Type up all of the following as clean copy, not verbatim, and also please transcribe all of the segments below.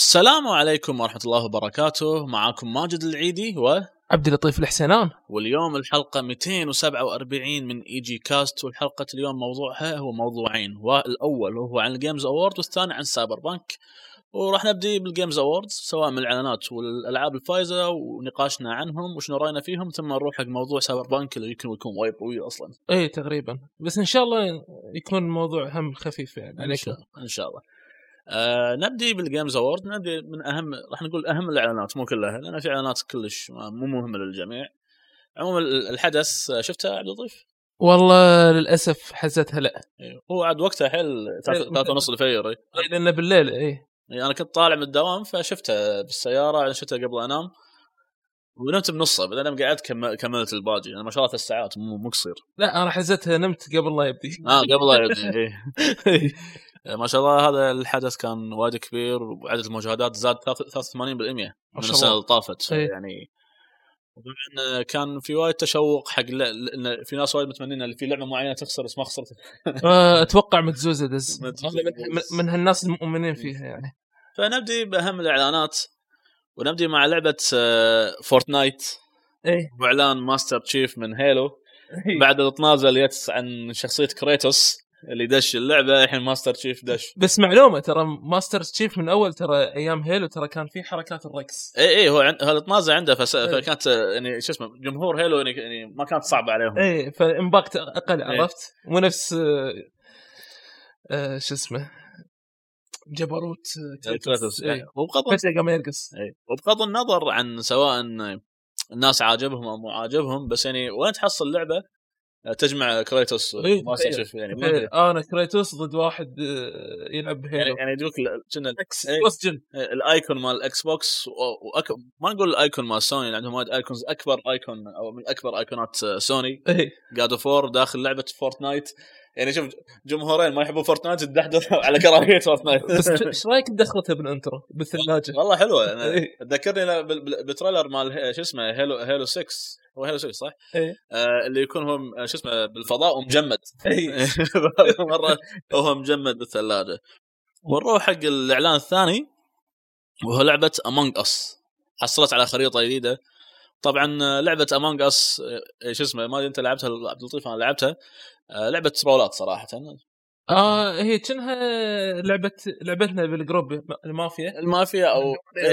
السلام عليكم ورحمة الله وبركاته. معاكم ماجد العيدي عبد اللطيف الحسينان. واليوم الحلقة 247 من اي جي كاست. والحلقة اليوم موضوعها هو موضوعين، والأول هو عن الجيمز أوورد والثاني عن سايبر بانك. وراح نبدي بالجيمز أووردز سواء من الإعلانات والألعاب الفائزة ونقاشنا عنهم وش راينا فيهم، ثم نروح حق موضوع سايبر بانك اللي يمكن يكون وايد قوي أصلا. ايه تقريبا، بس إن شاء الله يكون الموضوع هم خفيف يعني عليكم إن شاء الله. نبدي بالجيمز أوورد. نبدي من أهم، راح نقول أهم الإعلانات، مو كلها لأن في إعلانات كلش مو مهمة للجميع. عموما الحدث شفتها عبد اللطيف؟ والله للأسف حزتها لا. هو عاد وقتها حيل 3:30 الفجر، لأن بالليل إيه. أنا كنت طالع من الدوام فشفتها بالسيارة، شفتها قبل أنام ونمت بنصها، بعدين قعدت كملت الباقي. أنا ما شاء الله 3 ساعات مو قصير. لا أنا حزتها نمت قبل لا يبدي. قبل لا يبدي. ما شاء الله هذا الحدث كان وايد كبير، وعدد المشاهدات زاد 83% من السنة اللي طافت. يعني كان في وايد تشوق حق لأن في ناس وايد متمنين اللي في لعبة معينة تخسر بس ما خسرت. أتوقع متزوزة دز من هالناس المؤمنين فيها يعني. فنبدي بأهم الإعلانات، ونبدي مع لعبة فورتنايت. وإعلان ماستر تشيف من هيلو. بعد التنازل يتس عن شخصية كريتوس اللي دش اللعبة، الحين ماستر تشيف دش. بس معلومة ترى ماستر تشيف من أول ترى أيام هيلو ترى كان في حركات الرقص. إيه هو هذا تنازل عنده فكانت يعني شو اسمه جمهور هيلو يعني ما كانت صعبة عليهم. إيه فإمباكت أقل. عرفت مو نفس شو اسمه جبروت كريتوس. وبغض النظر عن سواء الناس عاجبهم أو مو عاجبهم، بس يعني وين تحصل لعبة تجمع كريتوس وماستر تشيف يعني انا كريتوس ضد واحد يلعب هيلو يعني يدوك كنا الايكون مال الاكس بوكس ما نقول الايكون مال سوني، يعني عندهم وايد ايكونز. اكبر ايكون او من اكبر ايكونات سوني جاد اوف وور داخل لعبه فورتنايت. يعني شوف جمهورين ما يحبون فورتنايت تدحدوا على كراهيه فورتنايت. بس ايش رايك بدخلتها بالانترو بالثلاجه؟ والله حلوه. انا تذكرني بالتريلر مال شو اسمه هيلو 6. هو هيلو 6 صح؟ اللي يكون هو شو اسمه بالفضاء ومجمد. مره هو مجمد بالثلاجه. ونروح حق الاعلان الثاني وهو لعبه Among Us. حصلت على خريطه جديده. طبعا لعبه Among Us شو اسمه ما انت لعبتها عبد اللطيف؟ انا لعبتها. لعبه ترولات صراحه. هي كأنها لعبتنا بالجروب المافيا او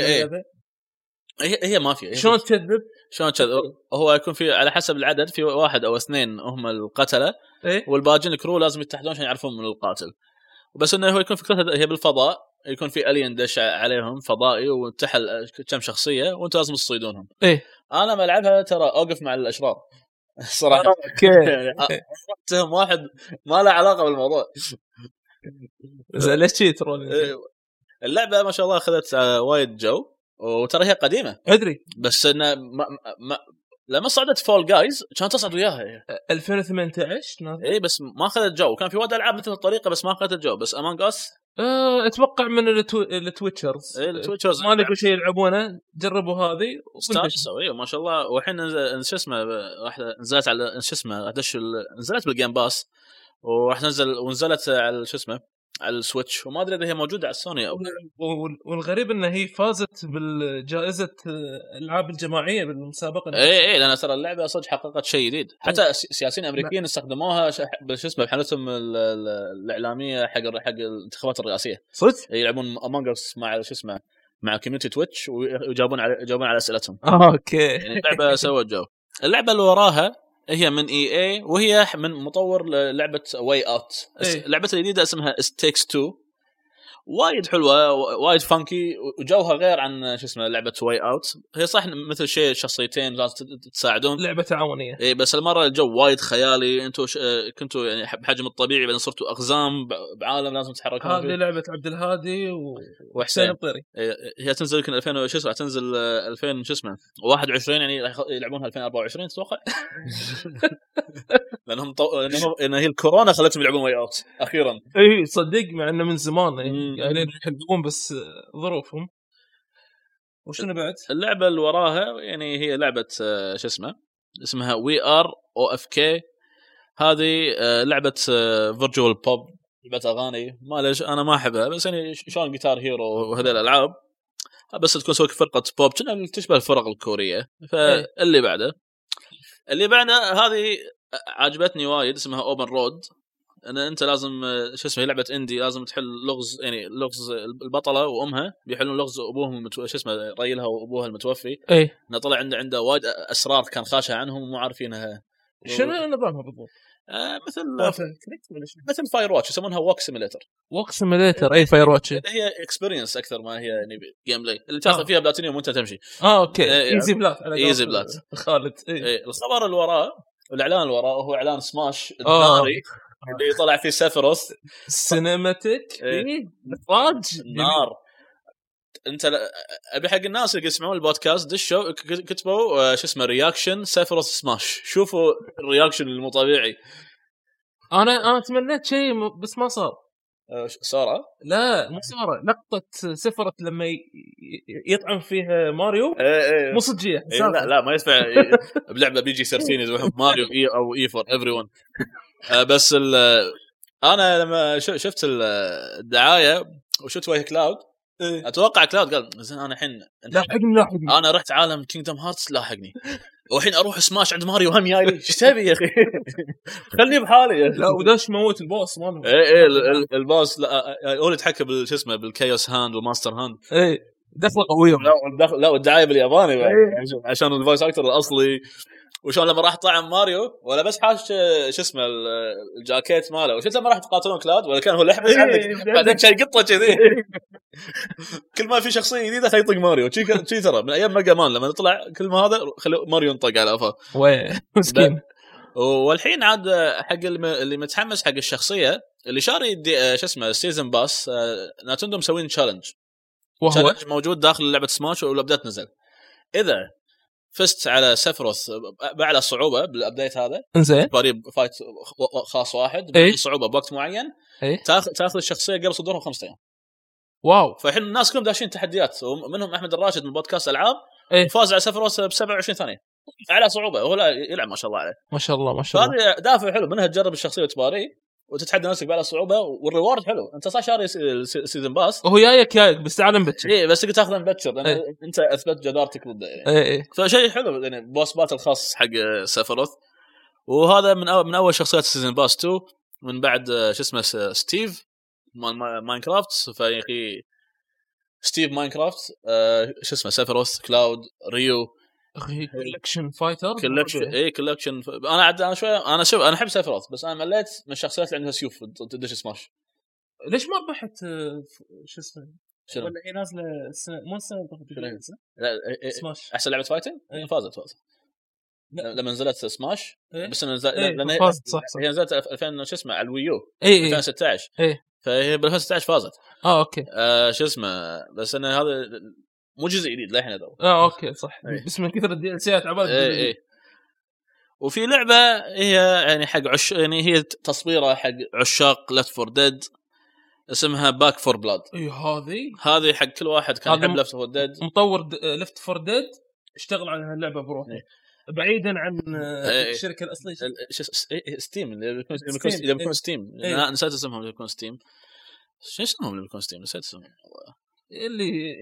هي مافيا. شلون تكذب هو يكون في على حسب العدد، في 1 أو 2 هم القتلة. والباقيين الكرو لازم يتحدون عشان يعرفون من القاتل. بس انه هو يكون فكرتها هي بالفضاء، يكون في الين دش عليهم فضائي وانتحل كم شخصيه وانتم لازم تصيدونهم. انا ما العبها ترى اوقف مع الاشرار صراحه. اوكي واحد ما له علاقه بالموضوع. ليش ترون اللعبه ما شاء الله اخذت وايد جو، وترى هي قديمه ادري، بس انه لما صعدت فول جايز كانت تصعد وياها 2018 اي بس ما اخذت جو. كان في وايد العاب مثل الطريقه بس ما اخذت الجو. بس امونج اس اتوقع من التويتشرز ما لقوا شيء يلعبونه، جربوا هذه استانسوا. ما شاء الله. والحين شو اسمه واحده نزلت على شو اسمه نزلت بالجيم باس، وراح ونزلت على شو اسمه على السويتش، وما ادري اذا هي موجوده على السوني او. والغريب انها هي فازت بالجائزه الالعاب الجماعيه بالمسابقه. اي لان ترى اللعبه صدق حققت شيء جديد. حتى سياسيين امريكيين استخدموها شو اسمه بحملتهم الاعلاميه حق الانتخابات الرئاسيه. صدق يلعبون امونج اس مع شو اسمه مع كوميونتي تويتش ويجاوبون على اسئلتهم. اوكي يعني اللعبه سوت جو. اللعبه اللي وراها هي من EA، وهي من مطور لعبة واي اوت. لعبة الجديدة اسمها ستيكس 2. وايد حلوة وايد فانكي وجوها غير عن شو اسمه لعبة واي اوت. هي صح مثل شيء شخصيتين لازم تساعدون، لعبة تعاونية. بس المرة الجو وايد خيالي. انتوا كنتوا يعني بحجم الطبيعي، بعدين صرتوا اقزام بعالم لازم تتحركون. هذه لعبة عبد الهادي وحسين الطيري. هي تنزل يمكن 2000 شو اسمه تنزل 2000 شو اسمه 21 يعني يلعبونها 2024 تتوقع. لانهم ان هي الكورونا خلتهم يلعبون واي اوت اخيرا. اي صدق مع انه من زمان يعني يحبون بس ظروفهم. وشنو بعد اللعبه اللي وراها؟ يعني هي لعبه شو اسمها وي ار او اف كي. هذه لعبه فيرتشوال بوب، لعبه اغاني. ما ليش انا ما احبها، بس يعني شلون جيتار هيرو وهذه الالعاب بس تكون سوي فرقه بوب كنا تشبه الفرق الكوريه. فاللي بعده هذه عجبتني وايد اسمها اوبن رود. انت لازم شو اسمه لعبه اندي لازم تحل لغز يعني لغز البطله وامها بيحلون لغز ابوهم شو اسمه ريلها وابوها المتوفي. انه طلع عنده وايد اسرار كان خاشها عنهم ومو عارفينها. شنو نظامها بالضبط؟ مثل فاير واتش يسمونها ووك سيميليتر. اي فاير واتش هي اكسبيرينس اكثر ما هي يعني جيم بلاي اللي تاخذ فيها بلاتينيوم وانت تمشي. اوكي ايزي بلات خالد. الخبر اللي وراه الاعلان اللي وراه هو اعلان سماش الناري اللي يطلع فيه سيفروس سينماتيك اخراج نار. انت ابي حق الناس اللي يسمعون البودكاست دشوا كتبوا شو اسمه رياكشن سيفروس سماش شوفوا الرياكشن المو طبيعي. انا تمنيت شيء بس ما صار. صار لا مو صار لقطه سفرت لما يطعم فيها ماريو مو صجيه. لا ما يدفع بلعبه بيجي سيرفين يذبحون ماريو او اي فور ايفريون. بس انا لما شفت الدعايه وشفت وجه كلاود اتوقع كلاود قال زين انا الحين لاحقني انا رحت عالم كينغدم هارتس لاحقني والحين اروح سماش عند ماريو هم جاي ايش تبي يا اخي خلني بحالي. لا وداش موت البوس مالهم. البوس هو اللي يتحكم شو اسمه بالكايوس هاند والماستر هاند. دخله قويه. لا والدعايه بالياباني عشان الفويس اكتر الاصلي. وشون لما راح طعم ماريو ولا بس حاش شو اسمه الجاكيت ماله وشفت لما راح تقاتلون كلاود ولا كان هو لحبس عندك بعدين شيء قطه كذي كل ما في شخصيه جديده خيطق ماريو شي ترى من ايام ميجا مان لما نطلع كل ما هذا خلوا ماريو ينطق على افا مسكين. والحين عاد حق اللي متحمس حق الشخصيه اللي شاري شو اسمه سيزن باس ناتندو مسوين تشالنج وهو موجود داخل لعبه سماش والابديت نزل. اذا فزت على سيفروث بعد صعوبه بالابديت هذا انزين فريق فايت خاص واحد صعوبه بوقت معين تاخذ الشخصيه قبل صدورها 5 ايام. واو. فالحين الناس كلهم داشين تحديات ومنهم احمد الراشد من بودكاست العاب فاز على سيفروث ب 27 ثانيه على صعوبه وهو لا يلعب ما شاء الله عليه ما شاء الله. هذا دافع حلو منها تجرب الشخصيه وتباري وتتحدى نفسك بعد الصعوبه والريورد حلو. انت صار شاري سيزن باس وهو جايك بس تعال بتشر بس تقدر تاخذه مبكر انت اثبت جدارتك ضده فشيء حلو يعني بوس باتل خاص حق سيفروث. وهذا من اول شخصيات سيزن باس 2 من بعد شو اسمه ستيف ماينكرافت. فيقي ستيف ماينكرافت شو اسمه سيفروث كلاود ريو كولكشن فايتر كولكشن. انا شويه انا احب سيفروث بس انا مليت من الشخصيات اللي عندها سيوف تدش سماش. ليش ما ربحت شو اسمه ولا هي نازله مو السنه لا سماش احسن لعبه فايتنج فازت لما نزلت سماش بس لان فازت صح هي نزلت 2000 شو اسمه على الويو 2016 فهي بال 2016 فازت. اوكي شو اسمه بس انا هذا مو جزء جديد للحين هذا اوكي صح بس من كثر الدي ال سيات عباد. وفي لعبه هي يعني حق يعني هي تصويره حق عشاق ليفت فور ديد اسمها باك فور بلاد. هذه حق كل واحد كان يحب ليفت فور ديد. مطور ليفت فور ديد اشتغل على هاللعبه بروحه بعيدا عن الشركه الاصليه ستيم اللي بيكون ستيم نسيت اسمهم اللي بيكون ستيم. شو اسمهم اللي بيكون ستيم نسيت اسمهم اللي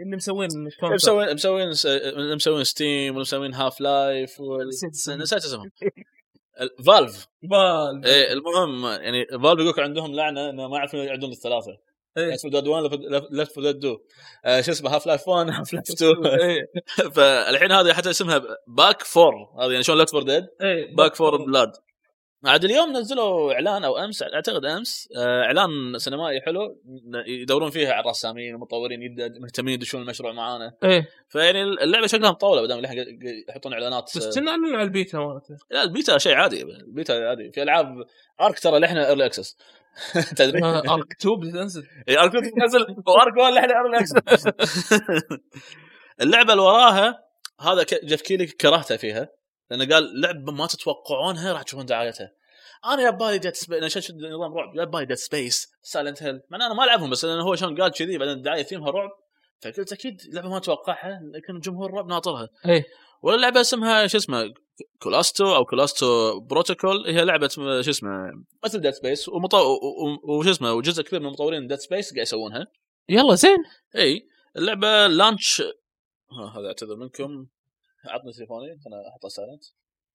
مسوين ستيم ومسوين هاف لايف نسيت اسمهم فالف. المهم يعني فالف يقولك عندهم لعنه انه ما يعرفون يعدون الثلاثه اسمه دود 1 ليفت فور ديد 2 شو اسمه هاف لايف 1 هاف لايف 2 فالحين هذه حتى اسمها باك فور هذه يعني شلون ليفت فور ديد باك فور بلاد. عاد اليوم نزلوا اعلان او امس اعتقد امس اعلان سينمائي حلو يدورون فيها على الرسامين والمطورين مهتمين يدشون المشروع معانا. فيعني اللعبه شكلها مطوله بدل ما يحطون اعلانات بس كنا نعلن على البيتا مالته. لا البيتا شيء عادي البيتا عادي في العاب ارك ترى اللي احنا ايرلي اكسس تدري ارك 2 بتنزل ارك 2 بتنزل وارك 1 اللي احنا ايرلي اكسس. اللعبه اللي وراها هذا جيف كيلي كرهته فيها لانه قال لعبه ما تتوقعونها راح تشوفون دعايتها. انا يا بالي ديد سبيس انا شفت نظام رعب يا بالي ديد سبيس سايلنت هيل مع انا ما العبهم بس لانه هو شلون قال كذي بعدين الدعايه ثيمها رعب فقلت اكيد لعبه ما اتوقعها لكن جمهور الرعب ناطرها. ولا لعبه اسمها شو اسمه كولاستو او كولاستو بروتوكول هي لعبه شو اسمه مثل ديد سبيس وش اسمه وجزء كبير من مطورين ديد سبيس قاعد يسوونها. يلا زين. اللعبه لانش هذا اعتذر منكم. عطني تليفوني انا احطه سايلنت.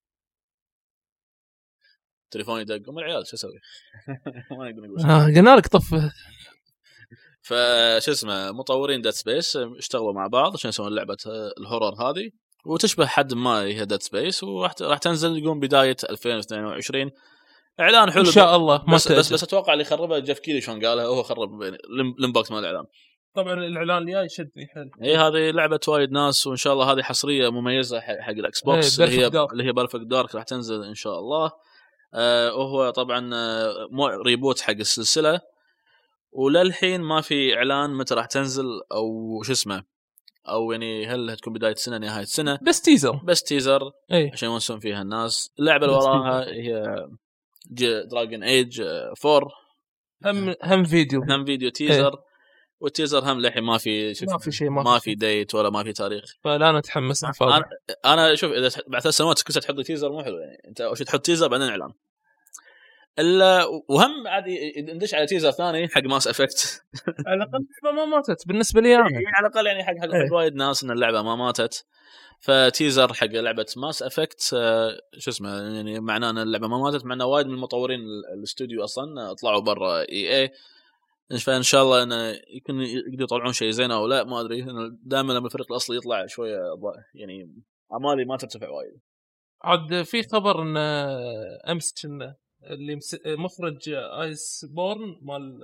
تليفوني دق من العيال شو اسوي؟ ما نقدر نقول قلنا لك طفه. فشو اسمه مطورين ديد سبيس اشتغلوا مع بعض عشان يسوون لعبه الهورر هذه وتشبه حد ما هي ديد سبيس وراح تنزل يقوم بدايه 2022. اعلان حلو ان شاء الله. بس اتوقع اللي خربه جيف كيلي شلون قالها هو خرب الانباكت مال الاعلان. طبعا الاعلان الجاي يشدني حيل. هذه لعبه وايد ناس وان شاء الله هذه حصريه مميزه حق الاكس بوكس اللي هي بيرفكت دارك راح تنزل ان شاء الله. وهو طبعا ريبوت حق السلسله وللحين ما في اعلان متى راح تنزل او شو اسمه او يعني هل هتكون بدايه السنه نهايه السنه. بس تيزر عشان يونسون فيها الناس. اللعبه اللي وراها هي دراجون ايج 4 هم فيديو تيزر والتيزر هم للحين ما في شيء ما في ديت ولا ما في تاريخ. فلا نتحمس. انا شوف اذا بعد 3 سنوات كنت تحط تيزر مو حلو يعني انت وش تحط تيزر بعدين اعلان الا وهم عادي ندش على تيزر ثاني حق ماس افكت على الاقل ما ماتت بالنسبه لي انا على الاقل يعني حق وايد ناس ان اللعبه ما ماتت. فتيزر حق لعبه ماس افكت شو اسمه يعني معناه ان اللعبه ما ماتت. معناه وايد من المطورين الاستوديو اصلا طلعوا برا اي فان شاء الله انه يكون يقدروا يطلعون شيء زين او لا ما ادري. دائما لما الفريق الاصلي يطلع شويه يعني اعمالي ما ترتفع وايد. عاد في خبر ان امس كنا اللي مخرج ايس بورن مال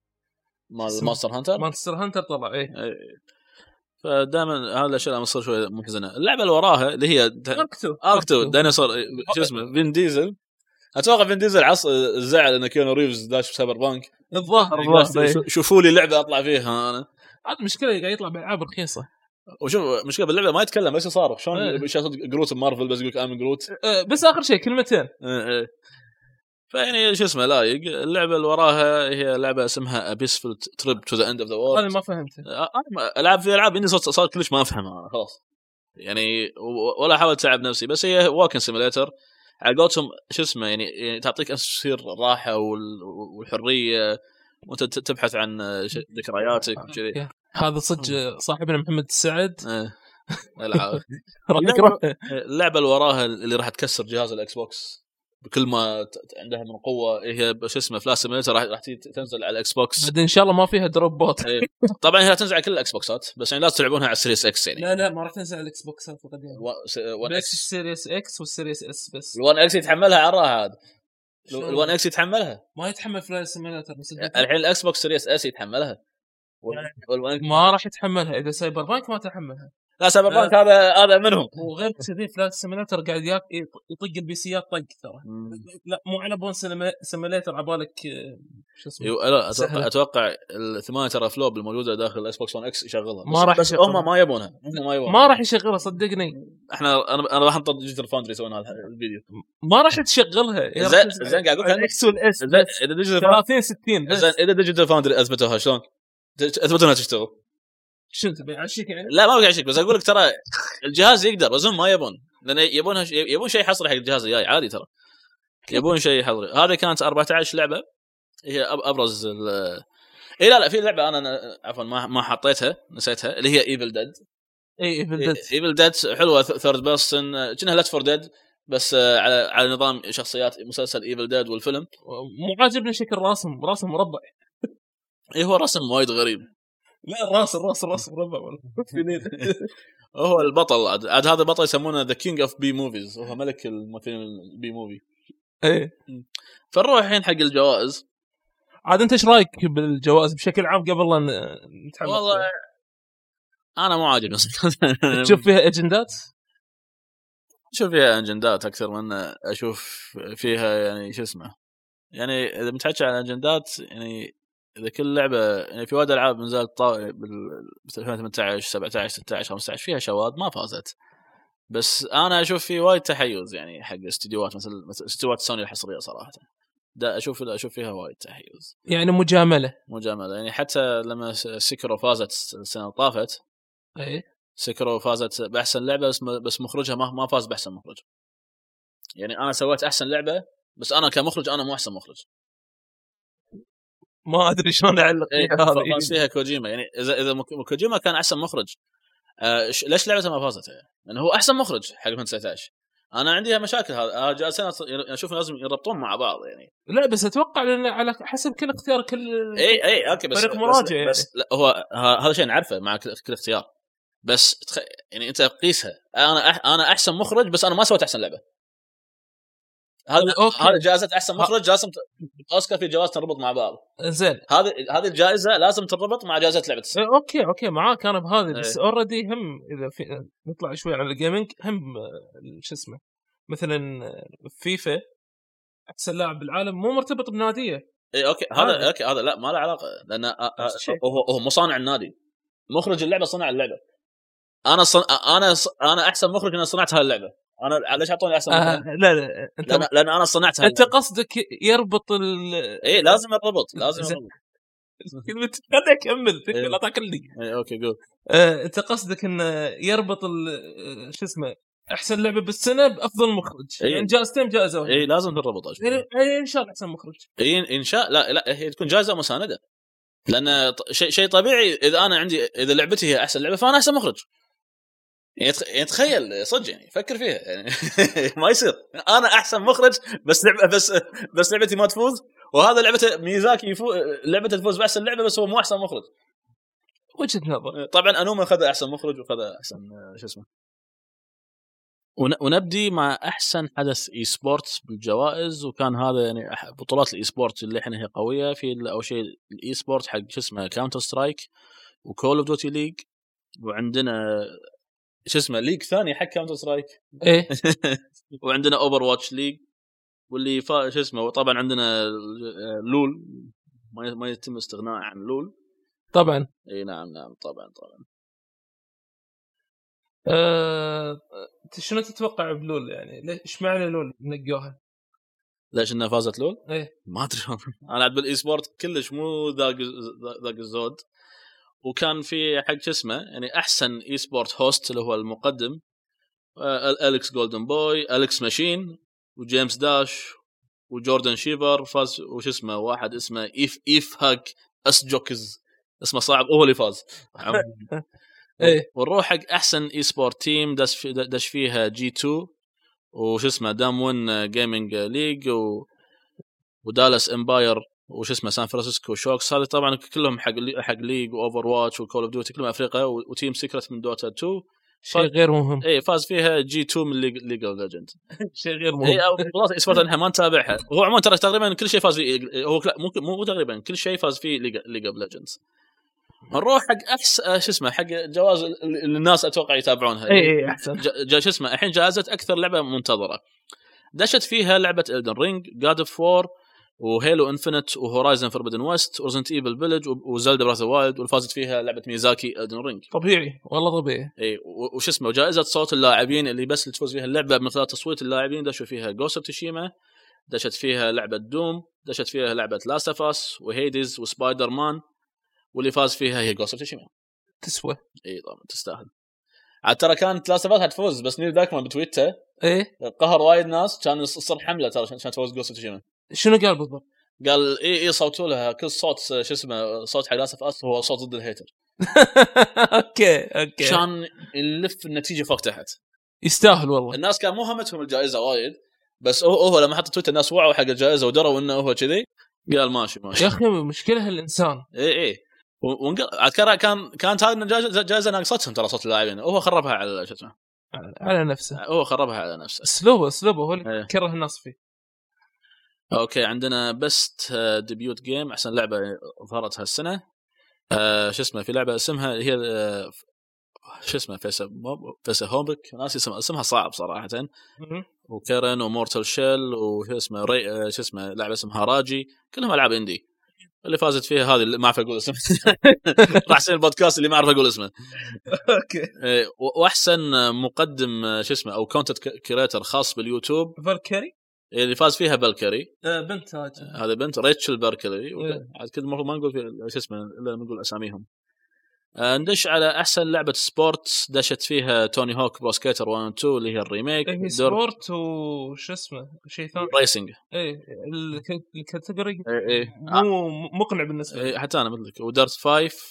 مونستر هانتر طلع فدائما هذا الاشياء مصير شويه محزنه. اللعبه اللي وراها اللي هي اركتو ديناصور شو اسمه فين ديزل. اتوقع فين ديزل زعل ان كيانو ريفز داش في سايبر بانك الظاهر شوفوا لي لعبه اطلع فيها انا. عاد مشكله قاعد يطلع بالعاب رخيصه. وشوف مشكله باللعبه ما يتكلم بس صار شلون شاشه جروت مارفل بس يقول لك ام جروت بس اخر شيء كلمتين. فيعني شو اسمه لايق. اللعبه اللي وراها هي لعبه اسمها ابيسفل تريب تو ذا اند اوف ذا وورلد. انا ما فهمت العاب في العاب اني صار كلش ما افهمها خلاص يعني ولا احاول اتعب نفسي. بس هي واكن سيميليتر على قولتهم شو اسمه يعني تعطيك تصير راحه والحريه وانت تبحث عن ذكرياتك وكذي. هذا صدق صاحبنا محمد السعد. اللعبه اللي وراها اللي راح تكسر جهاز الاكس بوكس بكل ما عندها من قوه هي شو اسمه فلاش سيميليتر راح تنزل على الاكس بوكس. بعد ان شاء الله ما فيها دروبات. طبعا هي تنزل على كل الاكس بوكسات بس يعني لازم تلعبونها على السيريس اكس يعني. لا ما راح تنزل على الاكس بوكسات القديمه بس السيريس اكس والسيريس اس بس. ال1 اكس يتحملها عراها هذا. ال1 اكس يتحملها ما يتحمل فلاش سيميليتر. الحين الاكس بوكس سيريس اس يتحملها ما راح يتحملها اذا سايبر بانك ما تحملها. لا سايبر بانك هذا منهم. وغير كذي فلاش سيميليتر قاعد يطق البيسيات طق ترى. لا مو على بون سيميليتر عبالك شو اسمه. اتوقع الثمانية ترى فلوب الموجوده داخل الاكس بوكس 1 اكس يشغلها ما راح بس هم ما يبونها ما راح يشغلها صدقني. انا راح انطر ديجيتال فاوندري يسوون هذا الفيديو ما راح تشغلها. زين قاعد اقول الاكس والاس اذا ديجيتال 30 زين اذا ديجيتال فاوندري اثبتوها شلون اثبتوا انها تشتغل. شو تبي عشيك يعني؟ لا ما بقى بس اقول لك ترى الجهاز يقدر بس هم ما يبون لان يبون شيء حصري حق الجهاز الجاي عادي ترى يبون شيء حصري. هذه كانت 14 لعبه هي ابرز لا في لعبه انا عفوا ما حطيتها نسيتها اللي هي ايفل ديد. ايفل ديد حلوه ثيرد بيرسون كأنها ليفت فور ديد بس على نظام شخصيات مسلسل ايفل ديد والفيلم. مو عاجبني شكل راسم مربع. هو رسم وايد غريب. لا الراس مربع ولا هو البطل عاد هذا البطل يسمونه ذا كينج اوف بي موفيز. هو ملك الممثلين البي موفي. فنروح الحين حق الجوائز. عاد انت ايش رايك بالجوائز بشكل عام قبل لا نتحمس؟ والله انا مو عاجبني. تشوف فيها اجندات؟ شوف فيها اجندات اكثر من اشوف فيها يعني شو اسمه يعني اذا بنتحكي عن اجندات يعني اذا كل لعبه يعني في وايد العاب نزلت بال 2018 17 16 15 فيها شواذ ما فازت. بس انا اشوف في وايد تحيز يعني حق استديوهات مثل استديوهات سوني الحصريه صراحه دا اشوف فيها وايد تحيز يعني مجامله يعني حتى لما سيكرو فازت السنه اللي طافت سيكرو فازت باحسن لعبه بس مخرجها ما فاز باحسن مخرج. يعني انا سويت احسن لعبه بس انا كمخرج انا مو احسن مخرج. ما ادري شلون اعلق فيها كوجيما يعني اذا كوجيما كان احسن مخرج ليش لعبته ما فازت؟ لانه هو احسن مخرج حق فان 19. انا عندي مشاكل هذا جالسين اشوف لازم يربطون مع بعض يعني. لا بس اتوقع على حسب كل اختيار كل اي اوكي بس فريق مراجع بس لا هو هذا شيء نعرفه مع كل اختيار. بس يعني انت قيسها انا احسن مخرج بس انا ما سويت احسن لعبه. هذا جائزه احسن مخرج لازم اوسكار في جوائز تربط مع بعض. زين هذه الجائزه لازم تربط مع جائزه لعبه. اوكي معاك انا بهذه بس اوريدي هم اذا في نطلع شوي على الجيمنج هم شو اسمه مثلا فيفا احسن لاعب بالعالم مو مرتبط بناديه. اوكي هذا لا ما له علاقه لان هو مصانع النادي. مخرج اللعبه صنع اللعبه. انا احسن مخرج انا صنعت هاي اللعبه. انا ليش اعطوني احسن مخرج؟ لا انت لان انا صنعتها. انت قصدك يربط لازم يربط كلمه خليني اكمل لا تاكلني. اوكي قول. انت قصدك ان يربط شو اسمه احسن لعبه بالسنه بافضل مخرج يعني جائزتين جائزه واحده. لازم تربط ان شاء الله احسن مخرج. ان شاء لا هي تكون جائزه مسانده لان شيء طبيعي اذا لعبتي هي احسن لعبه فانا احسن مخرج. يعني تخيل صدق يعني فكر فيها يعني ما يصير انا احسن مخرج بس لعبتي ما تفوز وهذا لعبته ميزاكي لعبته تفوز باحسن لعبه بس هو مو احسن مخرج. وجهه نظر. طبعا انوما خذ احسن مخرج وخذ احسن شو اسمه. ونبدي مع احسن حدث اي سبورتس بالجوائز وكان هذا يعني بطولات الاي سبورتس اللي احنا هي قويه في اول شيء الاي سبورت حق شو اسمه كاونتر سترايك وكول اوف دوتي ليج وعندنا شو اسمه ليج ثاني حق كاونتر سترايك ايه وعندنا اوفر واتش ليج واللي شو اسمه وطبعا عندنا لول ما يتم استغناء عن لول طبعا. اي نعم طبعا. شنو تتوقع بلول يعني ليش معنى لول نقوها؟ ليش انها فازت لول؟ ايه ما ادري انا قاعد بالاي سبورت كلش مو ذاق الزود. وكان في حق شو اسمه يعني احسن اي سبورت هوست اللي هو المقدم أليكس جولدن بوي أليكس ماشين وجيمس داش وجوردن شيفر فاز وش اسمه واحد اسمه إيف هاك أسجوكز اسمه صعب هو اللي فاز. ايه ونروح حق احسن اي سبورت تيم دش فيها جي 2 وش اسمه دام ون جيمنج ليج ودالاس امباير وش اسمه سان فرانسيسكو شوكس. هذه طبعا كلهم حق ليج واوفر واتش وكول اوف ديوتي كلهم افريقيا وتيم سيكرت من دوتا 2 شيء غير مهم. ايه فاز فيها جي 2 من ليج اوف ليجند شيء غير مهم. ايه بطولات اي سبورت انها ما نتابعها هو عموما ترى تقريبا كل شيء فاز فيه هو مو تقريبا كل شيء فاز فيه ليج اوف ليجندز. نروح حق احسن شو اسمه حق جواز اللي الناس اتوقع يتابعونها. اي احسن شو اسمه الحين جائزه اكثر لعبه منتظره دشت فيها لعبه إلدن رينج جاد اوف وور وهيلو انفينيت وهورايزن فوربيدن ويست ورزنت ايفل فيلج وزلدا براث اوف وايلد والفازت فيها لعبه ميزاكي إلدن رينج. طبيعي والله طبيعي. اي وش اسمه وجائزه صوت اللاعبين اللي بس اللي تفوز فيها اللعبه من خلال تصويت اللاعبين دشوا فيها غوست اوف تشيما دشت فيها لعبه دوم دشت فيها لعبه لاست اوف اس وهيدز وسبايدر مان واللي فاز فيها هي غوست اوف تشيما. تسوى اي طبعا تستاهل. عاد ترى كانت لاست اوف اس هتفوز بس نيل داكمان بتويتر ايه قهر وايد ناس كان يصير حمله ترى عشان تفوز غوست اوف تشيما. شنو قال بالضبط؟ قال اي صوتوا لها كل صوت شو اسمه صوت حق لاست اوف اس هو صوت ضد الهيتر. اوكي كان يلف النتيجه فوق تحت. يستاهل والله. الناس كان مو همتهم الجائزه وايد بس هو لما حط تويتر الناس وعوا حق الجائزه ودروا انه هو كذي قال ماشي يا اخي مشكله الانسان. اي كانت هذه الجائزه ناقصتهم ترى صوت اللاعبين وهو خربها على شو اسمه على نفسه. هو خربها على نفسه. اسلوبه هو اللي كره الناس فيه. اوكي عندنا بست ديبيوت جيم احسن لعبه ظهرت هالسنه شو اسمه في لعبه اسمها هي شو اسمه فيس هومبك ناس اسمها صعب صراحه وكيرن ومورتال شيل وشو اسمه شو اسمه لعبه اسمها راجي كلهم العاب اندي. اللي فازت فيها هذه اللي ما اعرف اقول اسمه راح يصير البودكاست اللي ما اعرف اقول اسمه. اوكي واحسن مقدم شو اسمه او كونتنت كريتر خاص باليوتيوب فالكري اللي فاز فيها بالكري بنت هذا بنت ريتشل بركلي عاد كذا ما نقول شو اسمه الا نقول اساميهم. ندش على احسن لعبه سبورت دشت فيها توني هوك برو سكيتر 1 و 2 اللي هي الريميك سبورت وش اسمه شيء ثاني ريسنج ايه الكاتيجوري ايه مو مقنع بالنسبه لي حتى انا مثلك ودارت 5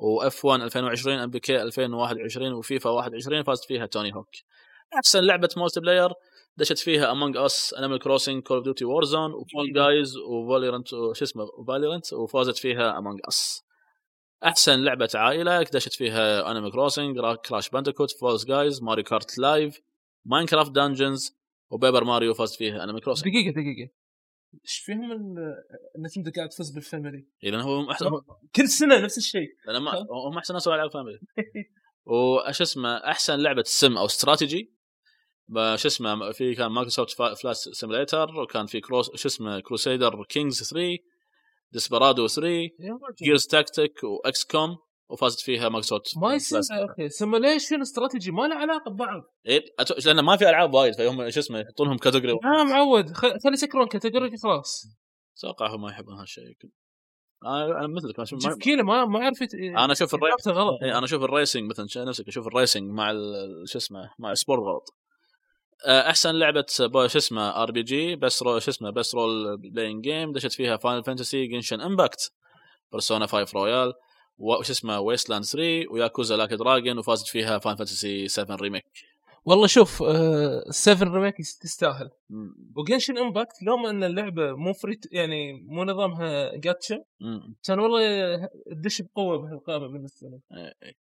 وF1 2020 MBK 2021 وفيفا 21 فازت فيها توني هوك. احسن لعبه مولتي بلاير دشت فيها Among Us, Animal Crossing, Call of Duty Warzone وفول جايز وفالورنت شو اسمه فالورنت وفازت فيها Among Us. احسن لعبه عائله دشت فيها Animal Crossing, Crash Bandicoot, Falls Guys, Mario Kart Live, Minecraft Dungeons وبيبر ماريو فازت فيها Animal Crossing. دقيقه ايش فيهم النتندو قاعد تفوز بالفاميلي؟ لان هو احسن كل سنه نفس الشيء. لان هم احسن ناس يلعبوا فاميلي. وايش اسمه احسن لعبه سم او استراتيجي شو اسمه في كان مايكروسوفت فلاش سيميليتر وكان في شو اسمه كروسيدر كينجز 3 ديسبرادو 3 جيرز تاكتيك واكس كوم وفازت فيها مايكروسوفت. ما يصير يا اخي سيميليشن استراتيجي ما له علاقه ببعض. لان ما في العاب وايد فهم شو اسمه يحطون لهم كاتيجوري. معود خلي يسكرون كاتيجوري خلاص. اتوقع هم ما يحبون هالشيء. انا مثلك ما اشوف كيله ما اعرف انا اشوف غلط. انا اشوف الريسنج مثلا نفسك اشوف الريسنج مع شو اسمه مع سبورت غلط. احسن لعبه شو اسمه ار بي جي بس شو اسمه بس رول بلاينج جيم دشت فيها فاينل فانتسي جنشن امباكت بيرسونا 5 رويال وش اسمه ويستلاند 3 وياكوزا لاك دراجون وفازت فيها فاينل فانتسي 7 ريميك. والله شوف 7 ريميك تستاهل. وجنشن امباكت لو ان اللعبه مو فري يعني مو نظامها جاتشا كان والله تدش بقوه بهالقائمه بالنسبه لي.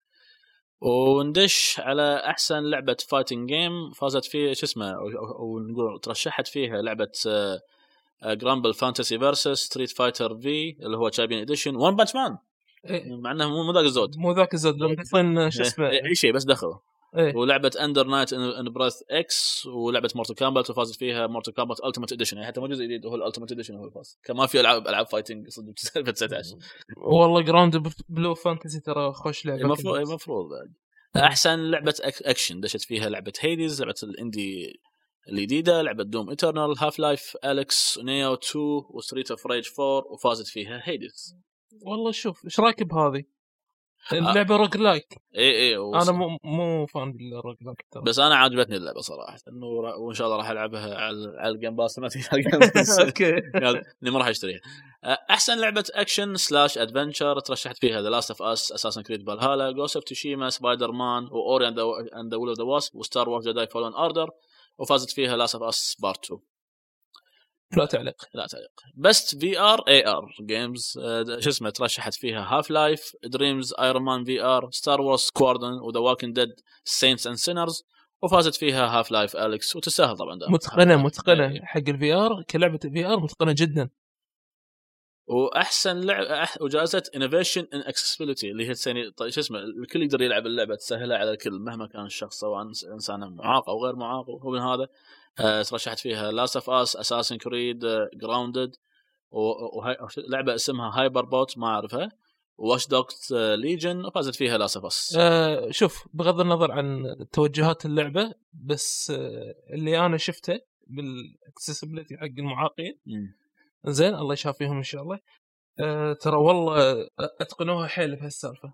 وندش على احسن لعبه فايتنج جيم فازت فيه شو اسمه ونقول ترشحت فيها لعبه جرامبل فانتسي فيرسس ستريت فايتر في اللي هو تشامبيون اديشن وان بانش مان. مع انه مو ذاك الزود لما يحطون شو اسمه اي شيء بس دخلوا. ولعبه اندر نايت ان بريث اكس ولعبه مورتال كامبات وفازت فيها مورتال كامبات التيمت اديشن يعني حتى مو جزء جديد هو الالتيمت اديشن هو الفاز كما في العاب فايتنج صدق 2019. والله جراوند بلو فانتسي ترى خوش لعبه المفروض بعد. احسن لعبه اكشن دشت فيها لعبه هيديز لعبه الاندي الجديده لعبه دوم ايترنال هاف لايف اليكس نيو 2 وستريت اوف ريج 4 وفازت فيها هيديز. والله شوف ايش راكب هذه اللعبه روج لايك. اي انا مو فان بالروج لايك بس انا عجبتني اللعبه صراحه انه وان شاء الله راح العبها على الجيم باس اوكي اللي ما راح اشتريها. احسن لعبه اكشن سلاش ادفنتشر ترشحت فيها ذا لاست اوف اس اساسن كريد فالهالا جوست اوف تشيما سبايدر مان واوري اند ذا ويل اوف ذا واسب وستار وورز جداي فالون اوردر وفازت فيها لاست اوف اس بارت 2. لا تعليق بست في ار اي ار جيمز شو اسمه ترشحت فيها هاف لايف دريمز ايرون مان في ار ستار وورز سكواردن وذا واكينج ديد سينتس اند سينرز وفازت فيها هاف لايف اليكس وتستاهل طبعا ده متقنه حق الفي ار كلعبه في ار متقنه جدا. واحسن لعبه وجائزه انوفيشن ان اكسسبيليتي اللي هي شو اسمه الكل يقدر يلعب اللعبه تسهلها على الكل مهما كان الشخص سواء انسان معاق او غير معاق وهو من هذا. ترشحت فيها لاست اوف اس اساسن كريد جراوندد ولعبه اسمها هايبر بوت ما اعرفها واش دوكس ليجن وفازت فيها لاست اوف اس. شوف بغض النظر عن توجهات اللعبه بس اللي انا شفته بالاكسسبيليتي حق المعاقين زين الله يشافيهم ان شاء الله. ترى والله اتقنوها حيل بهالسالفه.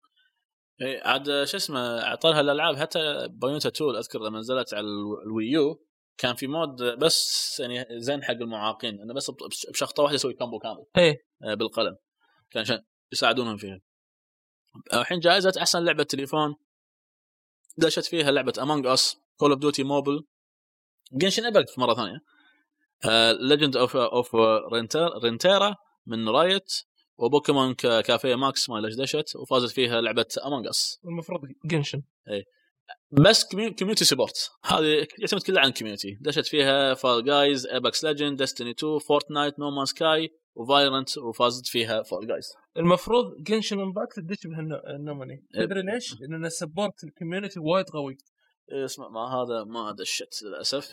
اي عاد شو اسمه اعطالها الالعاب حتى بايونيتا 2 اذكر لما نزلت على الويو كان في مود بس يعني زين حق المعاقين انه بس بشخطه واحده يسوي كامبو كامل بالقلم كان عشان يساعدونهم فيها. الحين جائزه احسن لعبه تليفون دشت فيها لعبه Among Us Call of Duty Mobile جنشن امباكت مره ثانيه Legend of رينتيرا من رايت وبوكيمون كافيه ماكس ما دشت وفازت فيها لعبه Among Us. المفروض جنشن اي بس كوميونتي سبورت هذه يعتمد كله عن كوميونتي دشت فيها فال جايز ايباكس ليجند ديستني 2 فورتنايت نو مان سكاي وفايرنت وفازت فيها فال جايز. المفروض جنشن امباكت تدش بهالنومني تدري ليش؟ لأن سبورت الكوميونتي وايد قوي. اسمع ما هذا الشت للاسف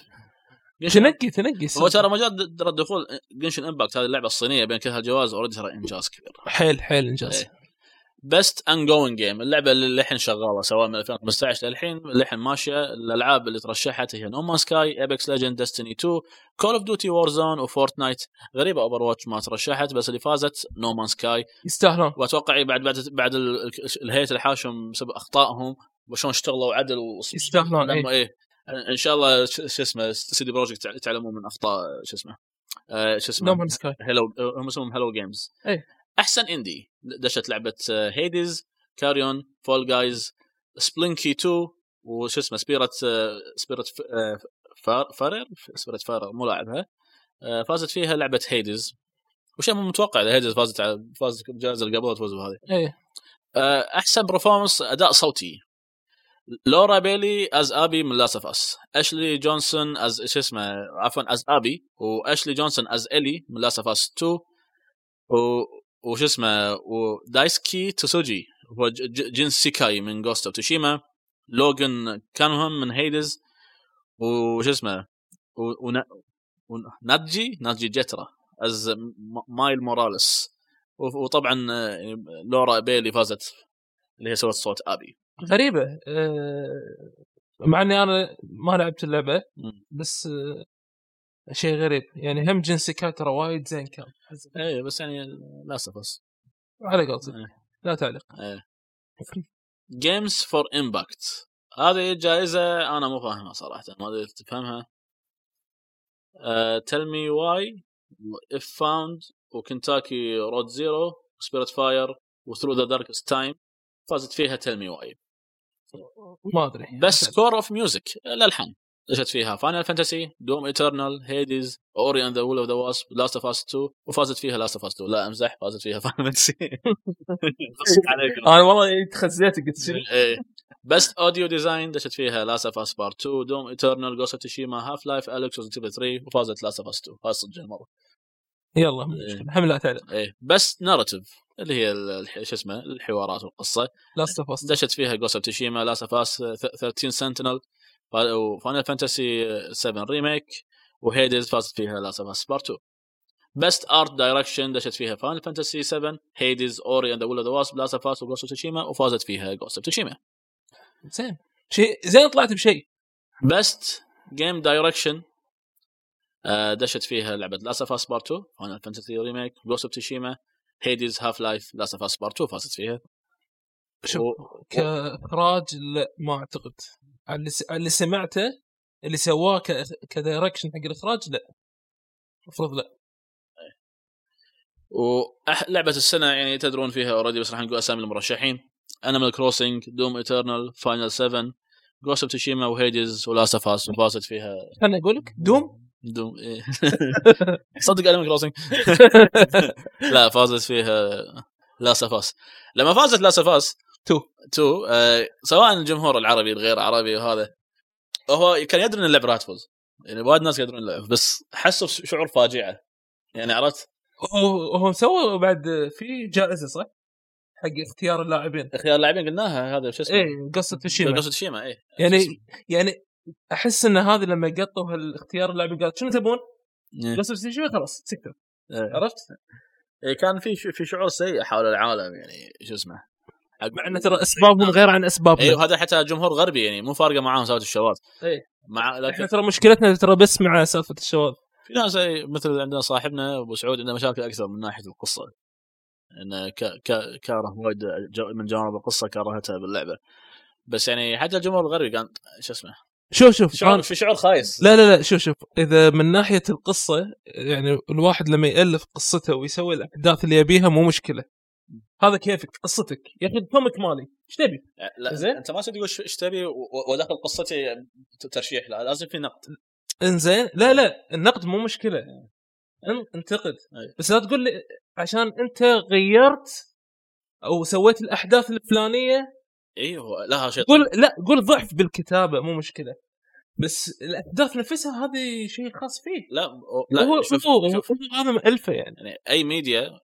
تنقي هو ترى مجال دخول جنشن امباكت هذه اللعبه الصينيه بين كل هالجوائز اوريدي ترى انجاز كبير حيل انجاز. بست انجوينج جيم اللعبه اللي الحين شغاله سواء من 2015 للحين اللي الحين ماشيه الالعاب اللي ترشحت هي نومان سكاي ايبكس ليجند ديستني 2 كول اوف ديوتي وورزون وفورتنايت. غريبه اوفر واتش ما ترشحت بس اللي فازت نومان سكاي يستاهلون واتوقع بعد الهيت الحاشم بسبب اخطائهم وشون اشتغلوا عدل يستاهلون ايه ان شاء الله شو اسمه سيدي بروجكت يتعلمون من اخطاء شو اسمه نومان سكاي هلو هم اسمهم هلو جيمز. احسن اندي دشت لعبه هيدز، كاريون، فول جايز، سبلينكي 2 وش اسمه سبيرت فارر مو لاعبها. فازت فيها لعبه هيدز، وشيء مو متوقع اذا هيدز فازت بجائزه اللي قبل تفوز بهذه. ايه احسن برفورمانس اداء صوتي لورا بيلي از ابي من لاست اوف اس، اشلي جونسون از ايش اسمه عفوا از ابي، واشلي جونسون از الي من لاست اوف اس 2، وش اسمه ودايسكي توسوجي هو جين سيكاي من جوست اوف توشيما، لوغان كانهم من هيدز، وش اسمه نادجي جيترا از مايل موراليس، وطبعا لورا بيلي فازت اللي هي سوت صوت ابي. غريبه مع اني انا ما لعبت اللعبه بس شيء غريب يعني. هم جنسي كاتر وايد زين كان. ايه بس يعني لا صفص على قصدي لا تعليق. جيمز فور امباكت هذه جائزة أنا مو فاهمها صراحة، ما أدري تفهمها. tell me why if found وكنتاكي رود زيرو سبيريت فاير وثرو ذا داركست تايم فازت فيها tell me why. ما أدري بس كور اوف ميوزك الألحان دشت فيها فاينل فانتسي، دوم ايترنال، هيديز، اوري اند ذا ويل اوف ذا واسب، لاست اوف اس 2، وفازت فيها لاست اوف اس 2. لا امزح، فازت فيها فاينل فانتسي. انا والله تخزيت قلت شنو. بست اوديو ديزاين دشت فيها لاست اوف اس بارت 2، دوم ايترنال، جوست اوف تشيما، هاف لايف اليكس وزنتيفل 3، وفازت لاست اوف اس 2. فاز صدق المره. يلا الحمد لله تعالى. بست ناراتيف اللي هي شو اسمه الحوارات والقصه، لاست اوف اس دشت فيها جوست اوف تشيما، لاست اوف اس 13 سنتينل، وفاينل فانتسي 7 ريميك، وهيدز فازت فيها لاست اوف اس بارت 2. بست ارت دايركشن دشت فيها فاينل فانتسي 7، هيدز، اوري اند ذا ويل اوف ذا واسب، لاست اوف اس وجوست اوف تشيما، وفازت فيها جوست اوف تشيما. زين شيء زين طلعت بشيء. بست جيم دايركشن دشت فيها لعبه لاست اوف اس بارت 2، فاينل فانتسي ريميك، جوست اوف تشيما، هيدز، هاف لايف، لاست اوف اس بارت 2 فازت فيها. كاخراج لا ما اعتقد اللي سمعته اللي سواه كدايركشن حق الاخراج لا المفروض لا. ولعبه السنه يعني تدرون فيها اوريدي بس راح نقول اسامي المرشحين: انيمال كروسنج، دوم ايترنال، فاينل 7، جوست اوف تشيما، وهيدز، ولاست اوف اس. وفازت فيها انا اقول لك دوم ايه صدق انيمال كروسنج. لا فازت فيها لاست اوف اس. لما فازت لاست اوف اس 2 سواء الجمهور العربي الغير عربي وهذا هو كان يدري ان اللعبه راح تفوز، يعني وايد ناس يدرون اللعبه بس حسوا شعور فاجعه يعني. عرفت هو سوى بعد في جائزه صح حق اختيار اللاعبين. اختيار اللاعبين قلناها هذا شو اسمه ايه قصه تشيما ايه يعني احس ان هذه لما قطوا الاختيار اللاعبين قال شنو تبون قصه تشيما خلاص سكتوا. عرفت كان في شعور سيء حول العالم يعني شو اسمه، مع ان ترى اسبابهم غير عن اسبابنا. ايوه هذا حتى جمهور غربي يعني مو فارقه معاهم سالفه الشواذ. لكن احنا ترى مشكلتنا ترى بس مع سالفه الشواذ. في ناس مثل عندنا صاحبنا ابو سعود عنده مشاكل اكثر من ناحيه القصه، انه كاره وايد من جوانب القصه كرهتها باللعبه. بس يعني حتى الجمهور الغربي كان شو اسمه شوف في شعور خايس. لا شوف اذا من ناحيه القصه يعني الواحد لما يالف قصته ويسوي الاحداث اللي يبيها مو مشكله، هذا كيفك قصتك يا اخي فمك مالي ايش تبي. لا انت ما تقول ايش تبي ودخل قصتي ترشيح، لا لازم في نقد. انزين لا النقد مو مشكله انتقد بس لا تقول لي عشان انت غيرت او سويت الاحداث الفلانيه. ايوه لا شيء قول ضعف بالكتابه مو مشكله بس الاحداث نفسها هذه شيء خاص فيه. لا هو هذا مؤلفه يعني اي ميديا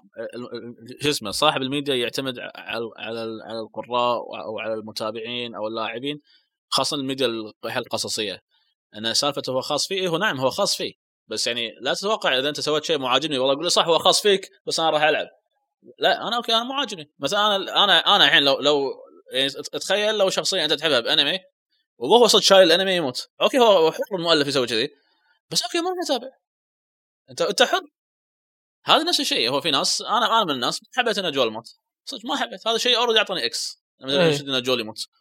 شو اسمه صاحب الميديا يعتمد على القراء او على المتابعين او اللاعبين، خاصه الميديا القصصيه. انا سالفته هو خاص فيه، هو نعم هو خاص فيه، بس يعني لا تتوقع اذا انت سويت شيء مو عاجبني والله قول لي صح هو خاص فيك بس انا راح العب. لا انا اوكي انا مو عاجبني مثلا انا الحين لو يعني تخيل لو شخصيه انت تحبها بانمي وهو صدق شايل الانمي يموت، اوكي هو حر المؤلف يسوي كذي بس اوكي ما نتابع، انت حر. هذا نفس الشيء. هو في ناس انا من الناس حبيت ان جول موت صدق ما حبيت هذا الشيء اوريدي يعطيني اكس لما يشد ان جول يموت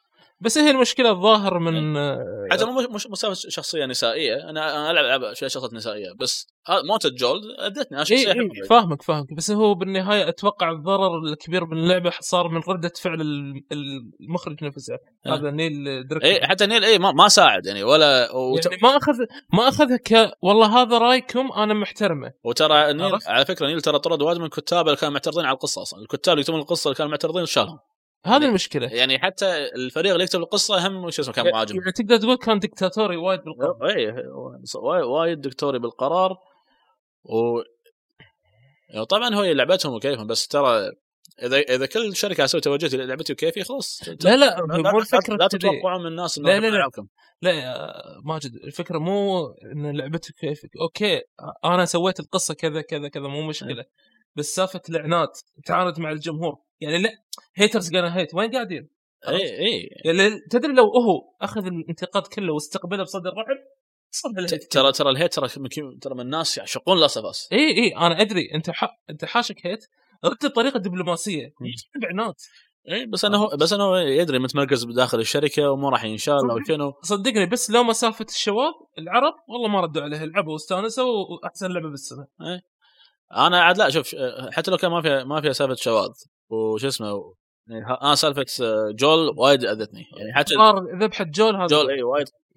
بس هي المشكله الظاهر من حتى مش مسافه شخصيه نسائيه، انا العب شخصيات نسائيه بس موت جولد ادتني انا شخصيه فاهمك بس هو بالنهايه اتوقع الضرر الكبير من اللعبه صار من رده فعل المخرج نفسه. هذا نيل دريكمان. حتى نيل ما ساعد يعني ولا يعني ما اخذها والله هذا رايكم انا محترمه. وترى نيل على فكره نيل ترى طرد واحد من الكتاب اللي كانوا معترضين على القصه اصلا. الكتاب اللي يكتبون القصه اللي كانوا معترضين شالهم. هذه يعني المشكله يعني حتى الفريق اللي يكتب القصه هم شو اسمه كان مهاجم. يعني تقدر تقول كان دكتاتوري وايد بالقرار. وايد دكتوري بالقرار. و يعني طبعا هو لعبتهم وكيفهم، بس ترى اذا كل شركه سوت توجهت لعبتي وكيفي خلاص. لا مو الفكره لا تتوقعوا من الناس انه لا يا ماجد، الفكره مو ان لعبتك كيفك. اوكي انا سويت القصه كذا كذا كذا مو مشكله، بس سالفه الاعناد تعارض مع الجمهور يعني لا هيترز قالوا هيت وين قاعدين؟ اي يعني تدري لو هو اخذ الانتقاد كله واستقبله بصدر رحب ترى الهيت ترى من الناس يعشقون لاسفاس. اي انا ادري انت حاشك هيت رد بطريقه دبلوماسيه بعناد. اي بس انه يدري متمركز بداخل الشركه ومو راح ينشال او شنو. صدقني بس لو ما سالفه الشباب العرب والله ما ردوا عليه، لعبوا واستانسوا واحسن لعبه بالسنه. انا عاد لا شوف حتى لو كان ما فيها سالفه شواذ وش اسمه يعني انا سالفه جول وايد اذتني يعني حتى ذبحه جول هذا جول اي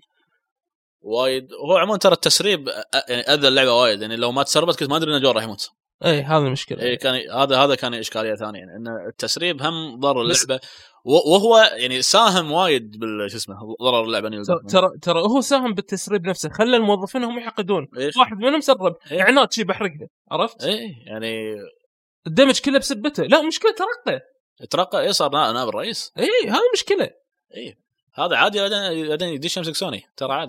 وايد هو عموما ترى التسريب يعني اذى اللعبه وايد يعني لو ما تسربت كنت ما ادري ان جول راح يموت. اي هذا المشكله. اي كان هذا كان اشكاليه ثانيه يعني ان التسريب هم ضر اللعبه وهو يعني ساهم وايد شو اسمه ضرر اللعبه. ترى هو ساهم بالتسريب نفسه، خلى الموظفين هم يحقدون. واحد منهم سرب اعناد شي بحرقه عرفت. يعني الدمج كله بسبته. لا مشكله ترقى صار نائب الرئيس. هذه مشكله. هذا عادي بعدين يدش يمسك سوني ترى عادي.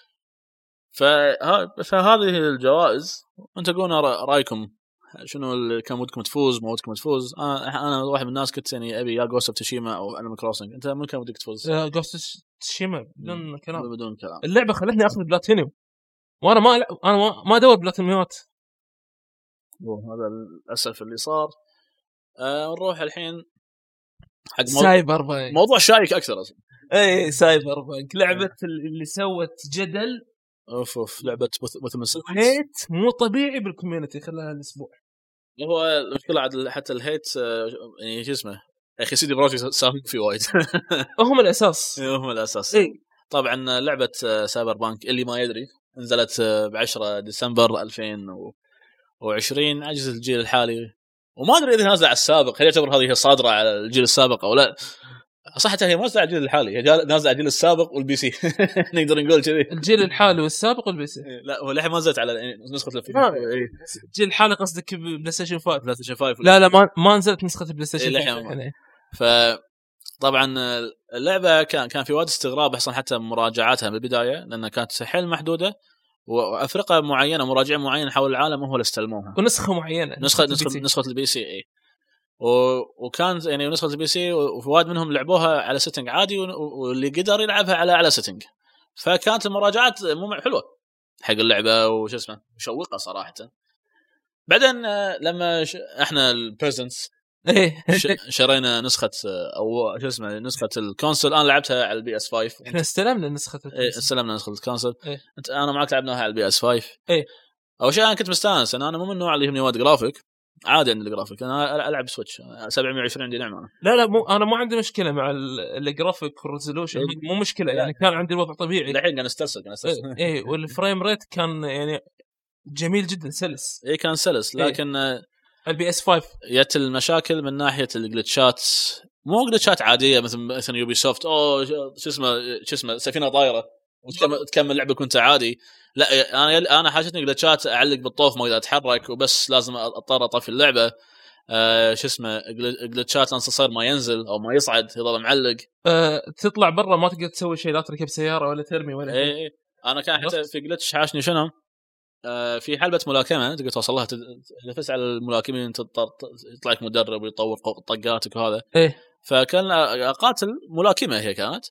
فهذه الجوائز انت قولنا رايكم شنو اللي كان ودكم تفوز ما ودكم تفوز. انا واحد من الناس كنت يعني ابي يا جوست اوف تشيما او انيمال كروسنج. انت من كان ودك تفوز؟ جوست اوف تشيما بدون كلام. اللعبه خلتني اخذ بلاتينيوم وانا ما ادور بلاتينيومات. هذا للاسف اللي صار. نروح الحين حق سايبر بانك. موضوع شائك اكثر اصلا. سايبر بانك لعبه اللي سوت جدل. اوف لعبه هيت مو طبيعي بالكوميونتي خلال الاسبوع. هو المشكله عاد حتى الهيت يعني شو اسمه يا اخي سيدي بروجكت ساهم في وايد. هم الاساس. طبعا لعبه سايبر بانك اللي ما يدري نزلت ب10 ديسمبر 2020 عجز الجيل الحالي، وما ادري اذا نازله على السابق. هل يعتبر هذه صادره على الجيل السابق او لا؟ صح هي ما نازله على الجيل الحالي، هي نازله على الجيل السابق والبي سي. نقدر نقول كذي الجيل الحالي والسابق والبي سي. لا هو الحين ما نزلت على نسخه الجيل الحالي قصدك بلاي ستيشن 5. لا ما نزلت نسخه البلاي ستيشن 5. فطبعا اللعبه كان في وايد استغراب اصلا حتى مراجعاتها بالبدايه لانها كانت حيل محدوده وافرقه معينه مراجعين معين حول العالم وهو اللي استلموها ونسخه معينه نسخه البي سي. وكان يعني نسخه البي سي ووايد منهم لعبوها على سيتنج عادي واللي قدر يلعبها على اعلى سيتنج. فكانت المراجعات مو حلوه حق اللعبه وش اسمه مشوقه صراحه. بعدين لما احنا البريزنتس شرينا نسخه او شو اسمه نسخه الكونسول. انا لعبتها على البي اس 5. احنا استلمنا نسخه الكونسول. انا معك لعبناها على البي اس 5. اول شيء انا كنت مستانس انا مو من النوع اللي يهمني وايد جرافيك عادي عندي الجرافيك. انا العب سويتش 720 عندي نعمه. لا انا مو عندي مشكله مع الجرافيك والريزولوشن مو مشكله يعني كان عندي الوضع طبيعي الحين كان استرسل والفريم ريت كان يعني جميل جدا سلس. كان سلس لكن البي اس 5 جت المشاكل من ناحيه الجلتشات. مو جلتشات عاديه مثلا يوبي سوفت شو اسمه سفينه طايره وتكمل لعبه كنت عادي. لا انا حاجتني جلتشات اعلق بالطوف ما اقدر اتحرك وبس لازم اضطر اطفي اللعبه. شو اسمه جلتشات لان تصير ما ينزل او ما يصعد يضل معلق. تطلع برا ما تقدر تسوي شيء لا تركب سياره ولا ترمي ولا انا كان حتى في جلتش حاشني شنو في حلبة ملاكمة تقدر توصل لها تنافس على الملاكمين يطلع لك مدرب ويطور طقاتك وهذا. فكان اقاتل ملاكمة هي كانت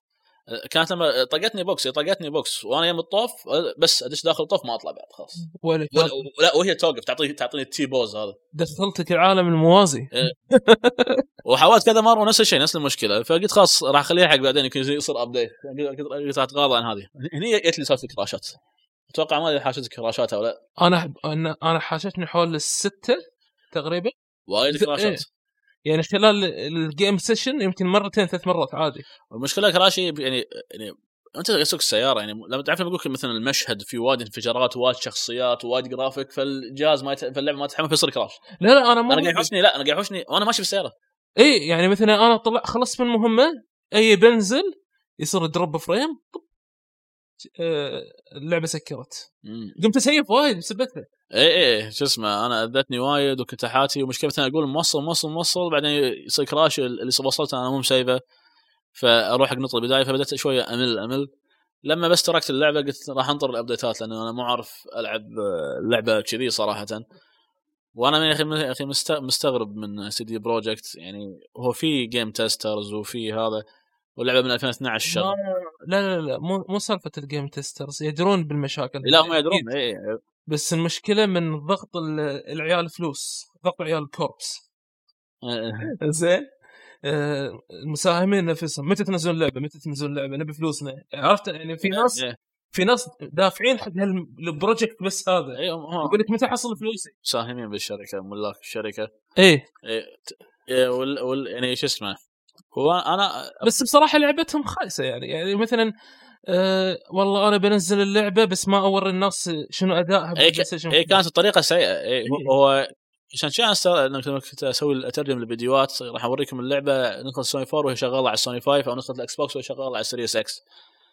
كانت لما طقتني بوكس وانا يم الطوف بس ادش داخل الطوف ما اطلع بعد خلاص لا وهي توقف تعطيني التي بوز هذا دخلتك العالم الموازي. وحاولت كذا مره ونفس الشيء نفس المشكله فقلت خلاص راح اخليها حق بعدين يمكن يصير ابديت. قلت اتغاضى عن هذه. هني جت لي سالفه كراشات. اتوقع ما ادري حاشتك كراشات او لا. انا حاشتني حول 6 تقريبا وايد كراشات يعني خلال الجيم سيشن يمكن 2-3 مرات عادي. المشكله كراشي يعني انت تسوق السياره يعني لما تعرف لما اقول مثلا المشهد في وايد انفجارات ووايد شخصيات ووايد جرافيك فالجهاز ما فاللعبه ما تتحمل فيصير كراش. لا انا قاعد يحوشني انا قاعد يحوشني وانا ماشي بالسياره. اي يعني مثلا انا طلع خلصت من مهمه اي بنزل يصير دروب فريم اللعبه سكرت. قمت اسيف وايد بسبتها. اي شو اسمه انا اذتني وايد وكنت حاتي ومشكله مثلا اقول موصل بعدين يصير كراش اللي وصلت انا مو مسيفه فاروح حق نقطه البدايه فبدات شويه امل لما بس تركت اللعبه قلت راح انطر الابديتات لانه انا مو عارف العب اللعبه كذي صراحه. وانا يا اخي مستغرب من سي دي بروجكت يعني هو في جيم تيسترز وفي هذا واللعبه من 2012 شغل. لا مو سالفه الجيم تيسترز يدرون بالمشاكل. لا هم يدرون بس المشكله من ضغط العيال فلوس ضغط عيال الكوربس. زين المساهمين نفسهم متى تنزلون اللعبه نبي فلوسنا عرفت يعني في ناس دافعين حق هالبروجكت بس هذا يقول لك متى حصل فلوسي. مساهمين بالشركه ملاك الشركه ايه يعني ايش اسمه هو انا بس بصراحه لعبتهم خايسه يعني مثلا والله انا بنزل اللعبه بس ما اوري الناس شنو ادائها. كانت الطريقه سيئه. هو عشان شيء انا كنت اسوي اترجم الفيديوهات راح اوريكم اللعبه نسخه سوني 4 وهي شغاله على السوني 5 او نسخه الاكس بوكس وهي شغاله على السيريس اكس.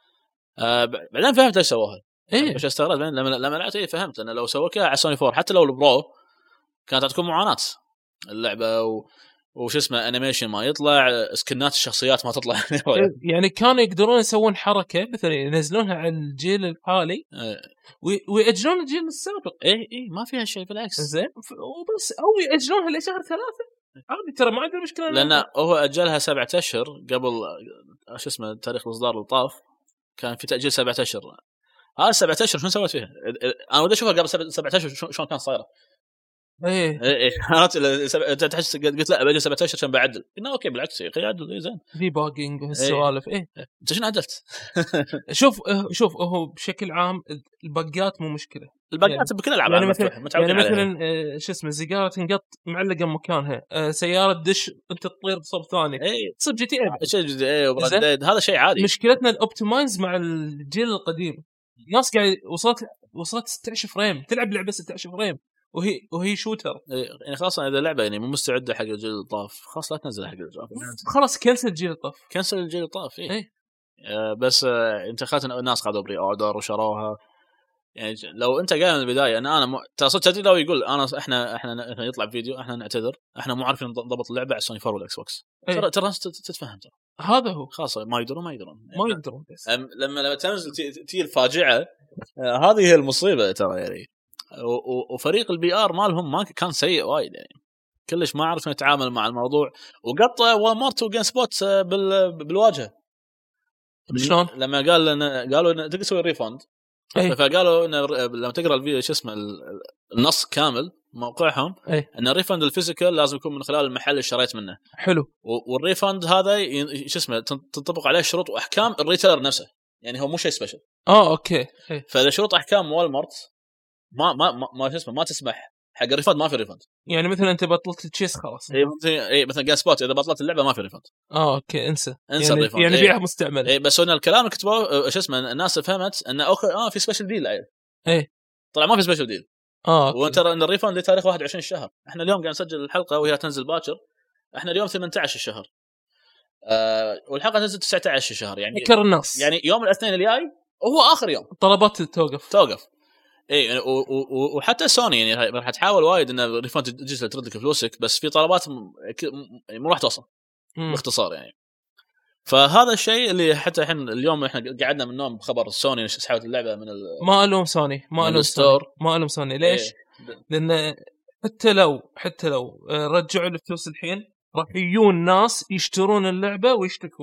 بعدين فهمت ليش سووها. مش استغربت لما لعبت فهمت انه لو سووها على السوني 4 حتى لو البرو كانت تكون معاناه اللعبه وش اسمه انيميشن ما يطلع سكنات الشخصيات ما تطلع. يعني كانوا يقدرون يسوون حركه مثلا ينزلونها على الجيل الحالي ويأجلون الجيل السابق. اي ما فيها شيء بالعكس. زين وبس او يأجلونها لشهر 3 عادي ترى ما عندي مشكله. لان هو اجلها 7 اشهر قبل شو اسمه تاريخ الاصدار الطاف كان في تاجيل 7 اشهر. هذا 7 اشهر شنو سويت فيها؟ انا ودي اشوفها قبل 7 اشهر شلون كان صايره. ايه انت تحس قلت لا باجي 7 اشهر عشان بعدل. قلنا اوكي بالعكس يا اخي عدل زين في باجينج وهالسوالف. انت شنو عدلت؟ شوف هو بشكل عام الباجات مو مشكله. الباجات بكل الالعاب يعني مثلا شو اسمه سيجاره تنقط معلقه مكانها سياره دش انت تطير بصوب ثاني تصير جي تي اي وبرديد هذا شيء عادي. مشكلتنا الاوبتمايز مع الجيل القديم ناس قاعد وصلت 16 فريم تلعب لعبه 16 فريم وهي شوتر. يعني خلاص اذا اللعبه يعني مو مستعده حق الجيل الطاف خلاص لا تنزلها حق الجيل الطاف. خلاص كنسل الجيل الطاف كنسل الجيل الطاف. بس انت خاطر الناس قاعدوا بري اوردر وشروها يعني لو انت قايل من البدايه انا تدري لو يقول احنا يطلع فيديو احنا نعتذر احنا مو عارفين نضبط اللعبه على السوني 4 والاكس بوكس. ترى تتفهم ترى هذا هو خلاص ما يقدرون لما تنزل تي الفاجعه هذه هي المصيبه ترى يعني. وفريق البي ار مالهم ما كان سيء وايد يعني كلش ما عرفنا نتعامل مع الموضوع وقطع والمارت وجين سبوت بالواجهه. شلون لما قالوا ان تقدر تسوي ريفند فقالوا ان لما تقرا الفيديو شو اسمه النص كامل موقعهم ان الريفند الفيزيكال لازم يكون من خلال المحل اللي اشتريت منه. حلو. والريفند هذا شو اسمه تنطبق عليه شروط واحكام الريتيلر نفسه يعني هو مو شيء سبيشل. اوكي. فاذا شروط احكام والمارت ما اسمه ما تسمح حق الريفند ما في ريفند. يعني مثلا انت بطلت تشيس خلاص. مثلا جاس سبوت اذا بطلت اللعبه ما في ريفند. اوكي انسى يعني الريفند. يعني بيعها مستعمل. بس هنا الكلام اللي كتبوه شو اسمه الناس فهمت انه اوكي في سبيشل ديل عيل. طلع ما في سبيشل ديل. وترى ان الريفند لتاريخ 21 الشهر. احنا اليوم قاعد نسجل الحلقه وهي تنزل باكر. احنا اليوم 18 الشهر والحلقه تنزل 19 الشهر يعني يكر الناس يعني يوم الاثنين الجاي وهو اخر يوم طلبات توقف. يعني وحتى سوني يعني راح تحاول وايد ان الريفند تجي ترد لك فلوسك بس في طلبات مو راح توصل باختصار يعني. فهذا الشيء اللي حتى الحين اليوم احنا قعدنا من النوم بخبر سوني سحبت اللعبه من ما الوم سوني ما الوم سوني ليش؟ لان حتى لو رجعوا الفلوس الحين راح يجون ناس يشترون اللعبه ويشتكون.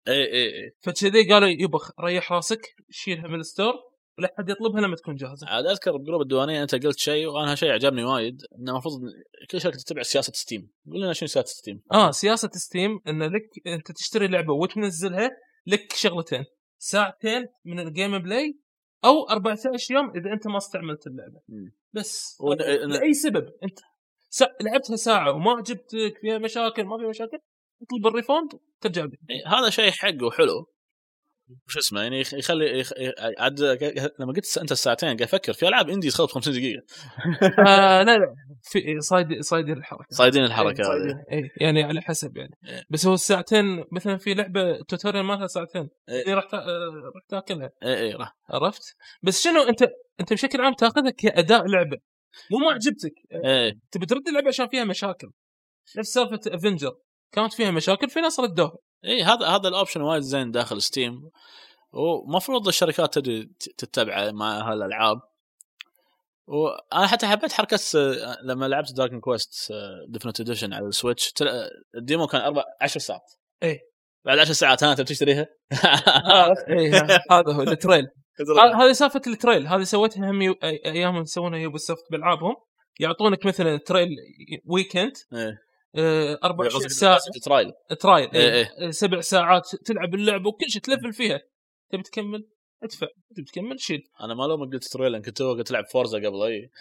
اي فكذي قالوا يبخ ريح راسك شيلها من الستور ولا حد يطلبها لما تكون جاهزه. عاد اذكر بجروب الديوانيه انت قلت شيء وانا شيء عجبني وايد، انه المفروض كل شركه تتبع سياسه ستيم. قول لنا شنو سياسه ستيم. سياسه ستيم ان لك انت تشتري لعبه وتنزلها لك شغلتين، ساعتين من الجيم بلاي او 14 يوم اذا انت ما استعملت اللعبه. بس لاي سبب انت لعبتها ساعه وما عجبتك، فيها مشاكل ما في مشاكل، اطلب الريفوند ترجع لي. هذا شيء حق وحلو. وش اسمه يعني يخلي عاد لما قلت انت الساعتين قاعد افكر في العاب اندي تخلص 50 دقيقه. لا في صايدين الحركه هذه يعني على حسب يعني. بس هو الساعتين مثلا في لعبه توتوريال مالها ساعتين راح تاكلها. راح عرفت. بس شنو انت بشكل عام تاخذها كاداء لعبه مو ما عجبتك تبي ترد اللعبه عشان فيها مشاكل. نفس سالفه افنجر كانت فيها مشاكل في ناس ردوها. هذا الاوبشن وايد زين داخل ستيم، ومفروض الشركات تدري تتبعه مع هالالعاب. وانا حتى حبيت حركه لما لعبت دراجون كويست ديفينيت اديشن على السويتش، الديمو كان 10 ساعات. بعد 10 ساعات انت بتشتريها. هذا هو التريل. هذه سالفه التريل هذه سويتها هم ايام يسوونها يوبيسوفت بالعابهم، يعطونك مثلا تريل ويكند 24 ساعه ترايل 7 ساعات تلعب اللعبه وكل شيء تلفل فيها. تبي تكمل ادفع، تبي تكمل شيل. انا ما لو قلت تريل ان كنت تلعب فورزا قبل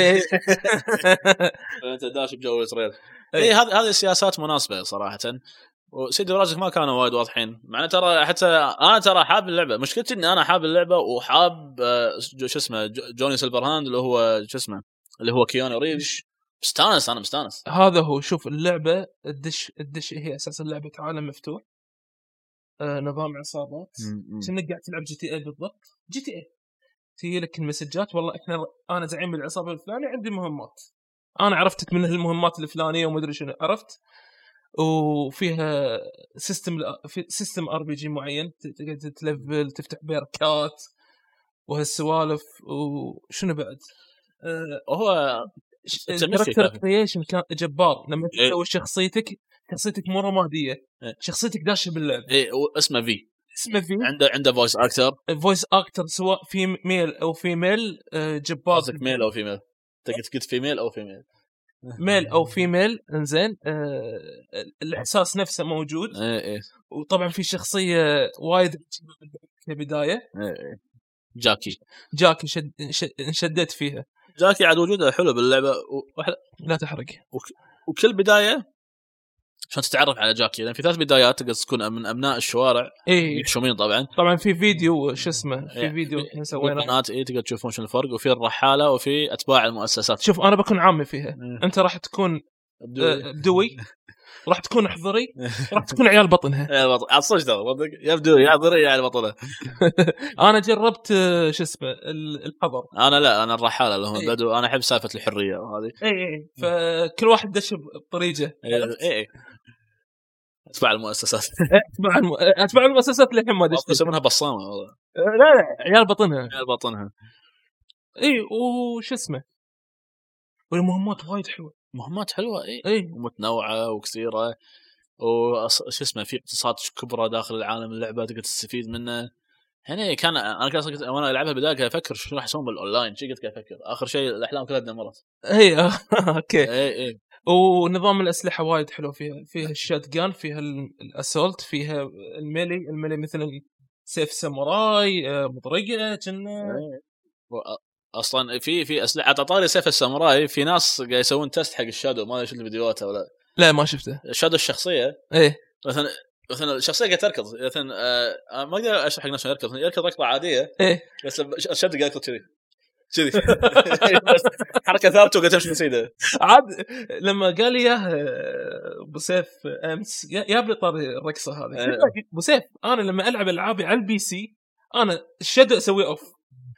انت داش بجو تريل. هذه السياسات مناسبه صراحه. وسيدي ورازك ما كانوا وايد واضحين، مع ترى حتى انا ترى حاب اللعبه. مشكلتي اني انا حاب اللعبه وحاب شو اسمه جوني سيلفرهاند اللي هو شو اسمه اللي هو كيانو ريفز. انا مستانس. هذا هو. شوف اللعبه الدش هي اساس اللعبه عالم مفتوح، نظام عصابات. شنو قاعد تلعب جي تي اي بالضبط. جي تي اي تجي لك المسجات والله انا زعيم العصابه الفلانيه عندي مهمات، انا عرفتك من المهمات الفلانيه وما ادري شنو عرفت. وفيها سيستم ار بي جي معين تقدر تلفل تفتح بيركات وهالسوالف. وشنو بعد هو الكاركتر كرييشن كان جبار. لما تسوي شخصيتك مو رماديه، شخصيتك داشه باللعب. اسمه في عنده فويس اكتر سواء في ميل او فيميل. جبار. ميل او فيميل تقدر فيميل او فيميل ميل او فيميل. انزين الاحساس نفسه موجود. وطبعا في شخصيه وايد في البدايه جاكي شدت فيها. جاكي عاد وجوده حلو باللعبه لا تحرق. وكل بدايه عشان تتعرف على جاكي، لان في 3 بدايات تقدر تكون من ابناء الشوارع يحشومين. طبعا في فيديو شو اسمه في فيديو سويناه قناه تقدر تشوفون شنو الفرق. وفي الرحاله وفي اتباع المؤسسات. شوف انا بكون عامي فيها. انت راح تكون بدوي راح تكون حضري راح تكون عيال بطنها. الصجده يبدو يا حضري يا عيال بطنها. انا جربت شو اسمه الحضر. انا الرحاله اللي هم بدو. انا احب سالفه الحريه وهذه. فكل واحد دش بطريقه. اتباع المؤسسات. اتباع المؤسسات اللي الحين ما دش يسمونها بصامه والله. لا عيال بطنها. وش اسمه والمهمات وايد حلوه. مهمات حلوه ومتنوعه وكثيره. وش اسمه في اقتصاد كبرى داخل العالم اللعبه تقدر تستفيد منه. هنا كان انا كنت وانا العبها بدايه افكر شو راح اسوي بالاونلاين. شي قلت افكر اخر شيء الاحلام كلها دمرت. اوكي. ونظام الاسلحه وايد حلو فيها الشات جان، فيها الاسولت، فيها الميلي مثلا سيف ساموراي مطرقه كنا. اصلا في اسلحه طاري سيف الساموراي. في ناس قاعد يسوون تيست حق الشادو، ما ادري شفت الفيديوهات ولا لا ما شفته. الشادو الشخصيه مثلا الشخصيه قاعده تركض مثلا ما اقدر اشرح حق نفسه يركض ركضه عاديه بس الشادو قاعد يركض كذي حركه ثابته وقاعد تمشي بسيده. عاد لما قال لي اياه ابو سيف امس يابلي طاري الرقصه هذه. ابو سيف انا لما العب العابي على البي سي انا الشادو اسوي اوف.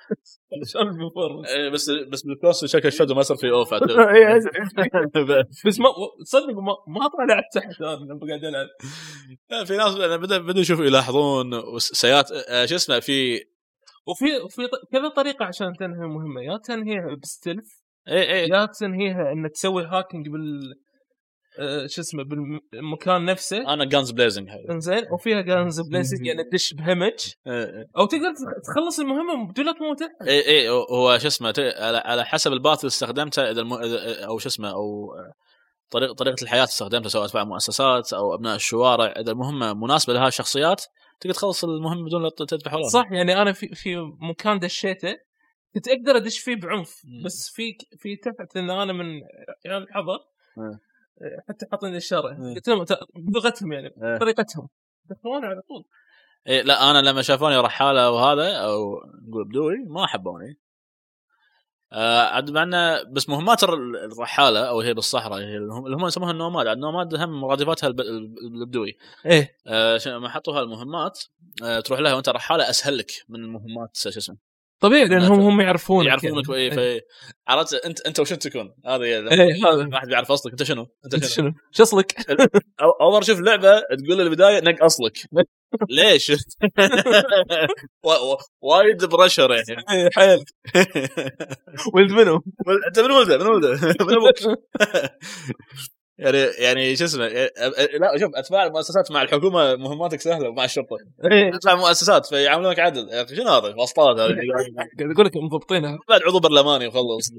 بس بالكوست شكل الشادو ما صار فيه اوف. بس ما تصدق ما طلعت تحت انا لما قاعد العب. في ناس بدوا يشوفوا يلاحظون سيات شو اسمه وفي كذا طريقه عشان تنهي مهمه. يا تنهيها بالستلف يا تنهيها ان تسوي هاكينج شو اسمه بالمكان نفسه. انا جانز بليزنج هاي انزين وفيها جانز بليزنج يعني تدش بهمج او تقدر تخلص المهمه بدون لا تموت. اي هو شو اسمه على حسب الباث اللي استخدمته اذا او شو اسمه او طريقه الحياه استخدمتها سواء تبع مؤسسات او ابناء الشوارع، اذا المهمه مناسبه لهذه الشخصيات تقدر تخلص المهمه بدون لا تذبح ولا. صح يعني انا في مكان دشيته كنت اقدر ادش فيه بعنف بس في تفت ان انا من يعني الحضر حتى حاطين الشارع قلت لهم بلغتهم يعني طريقتهم دخلوني على طول. إيه لا انا لما شافوني رحاله وهذا او نقول بدوي ما حبوني. عاد معنا بس مهمات الرحاله او هي بالصحراء هي اللي هم يسموها النوماد. النوماد هم مرادفاتها البدوي. ايه ما حطوها المهمات تروح لها وانت رحاله اسهل لك من المهمات شو اسمه طبيعي لانهم هم يعرفونك يعني. عرفت انت وش تكون هذا هذا ما حد بيعرف اصلك انت شنو شو اصلك اول مره شوف لعبه تقول البدايه نق اصلك ليش وايد برشر يعني حيل ولد منو انت من ولده يعني شو اسمه لا شوف اتباع المؤسسات مع الحكومه مهماتك سهله ومع الشرطه تطلع مؤسسات فيعاملونك عدل يا اخي شنو هذا واسطات هذه قاعد اقول لك مضبطينها بعد عضو برلماني وخلص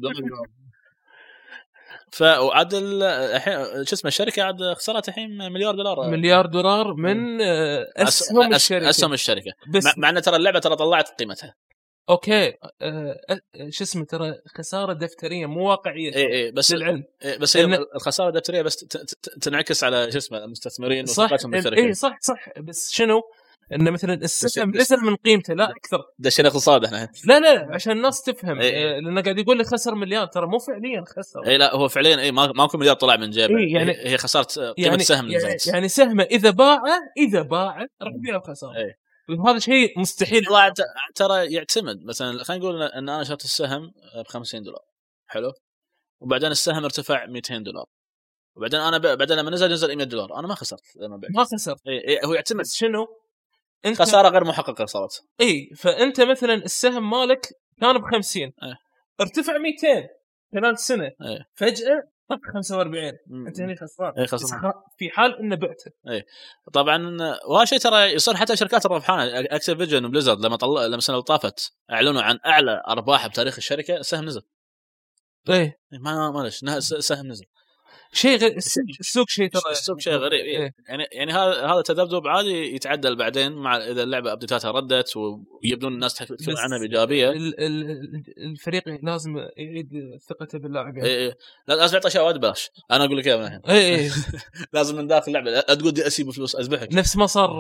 فعدل الحين شو اسمه الشركه عاد خسرت الحين $1 مليار من اسهم الشركه مع ان ترى اللعبه ترى طلعت قيمتها اوكي شو اسمه ترى خساره دفتريه مو واقعيه. اي بس للعلم بس هي الخساره الدفتريه بس تنعكس على شو اسمه المستثمرين وثقتهم بالشركه. اي صح بس شنو انه مثلا السهم نزل من قيمته لا اكثر. دشينا اقتصاد احنا لا عشان الناس تفهم لانه قاعد يقول لي خسر مليار ترى مو فعليا خسر. اي لا هو فعليا اي ماكو مليار طلع من جيبه. يعني هي خسرت قيمه السهم يعني سهمه اذا باعه راح يبيع بخساره. وهذا شيء مستحيل. ترى يعتمد مثلا خلينا نقول ان انا شريت السهم $50 حلو وبعدين السهم ارتفع $200 وبعدين انا بعدين لما نزل $100 انا ما خسرت لما بعت ما خسرت. هو يعتمد شنو انت خساره غير محققه صارت. فانت مثلا السهم مالك كان ب50 ارتفع 200 خلال سنه فجاه طق 45 انت هنا خسران في حال انه بعته. طبعا وهذا شيء ترى يصير حتى شركات الربحانه اكتيفيجن وبليزرد لما السنه طافت اعلنوا عن اعلى ارباح بتاريخ الشركه السهم نزل. ما ليش السهم نزل شيء غير السوق شيء ترى السوق شيء غريب. يعني هذا تذبذب عادي يتعدل بعدين مع اذا اللعبه ابديتاتها ردت ويبدون الناس تتكلم عنها بايجابيه. الفريق لازم يعيد ثقته باللاعبين. لازم يعطي اشياء وايد بلاش. انا اقول لك اياها من الحين لازم من داخل اللعبه لا تقول دي اسيب فلوس ازبحك نفس ما صار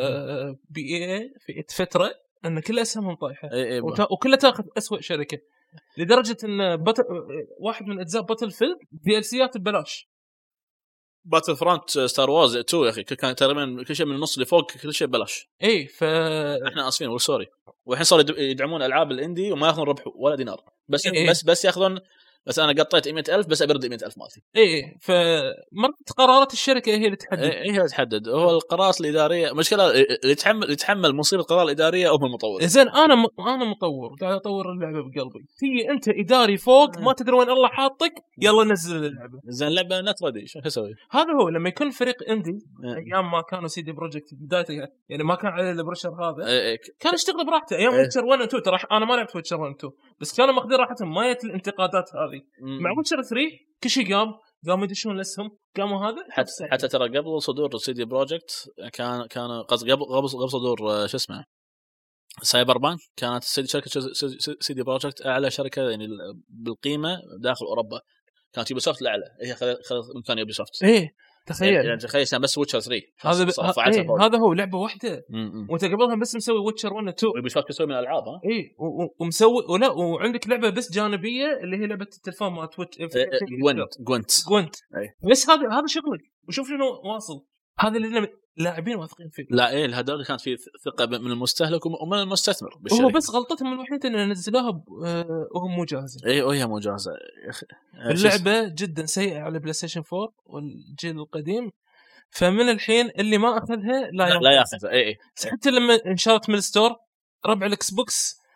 في فتره ان كل اسهمهم طايحه وكلها تاخذ اسوأ شركه لدرجه ان واحد من اجزاء باتل فيلد دي ال سيات ببلاش. باتل فرونت ستار وورز 2 يا اخي كان تقريبا كل شيء من النص اللي فوق كل شيء ببلاش. احنا اسفين وسوري والحين صاروا يدعمون العاب الاندي وما ياخذون ربح ولا دينار بس ياخذون بس انا قطيت 100,000 بس ابرد 100,000 مالتي. فمرت قرارات الشركه هي اللي تحدد. هي اللي تحدد. هو القرارات الاداريه مشكله اللي يتحمل مصيبه القرار الاداريه او المطور. زين انا مطور قاعد اطور اللعبه بقلبي تيجي انت اداري فوق ما تدري وين الله حاطك يلا نزل اللعبه. زين اللعبه نت ريدي شو اسوي؟ هذا هو لما يكون فريق اندي ايام ما كانوا سي دي بروجكت بدايته يعني ما كان عليه البرشر هذا كان يشتغل براحته ايام ويتشر 1 و 2 ترى انا ما لعبت ويتشر 1 و 2 بس كانوا ماخذين راحتهم ما جت الانتقادات هذه. مع ويتشر 3 كل شيء قاموا يدشون لسهم قاموا هذا حتى ترى قبل صدور سي دي بروجكت كان قبل صدور شو اسمه سايبر بانك كانت شركه سي دي بروجكت اعلى شركه يعني بالقيمه داخل اوروبا. كانت يوبي سوفت الاعلى هي خذت مكان يوبي سوفت. تخيل يعني تخيل بس ويتشر 3 هذا هو لعبه واحده وانت قبلها بس مسوي ويتشر 1 و 2 يوبي سوفت يسوي من الالعاب ومسوي وعندك لعبه بس جانبيه اللي هي لعبه التلفون مال تويتش جوينت بس هذا شغلك وشوف شنو واصل. هذا اللي لاعبين واثقين فيه. لا الهدول كانت في ثقه من المستهلك ومن المستثمر بالشركه. هو بس غلطتهم الوحيده ان نزلوها وهم مو جاهزين. وهي مو جاهزه يا اخي. اللعبه جدا سيئه على بلاي ستيشن 4 والجيل القديم فمن الحين اللي ما اخذها لا ياخذها. اي حتى لما انشرت من الستور ربع الاكس بوكس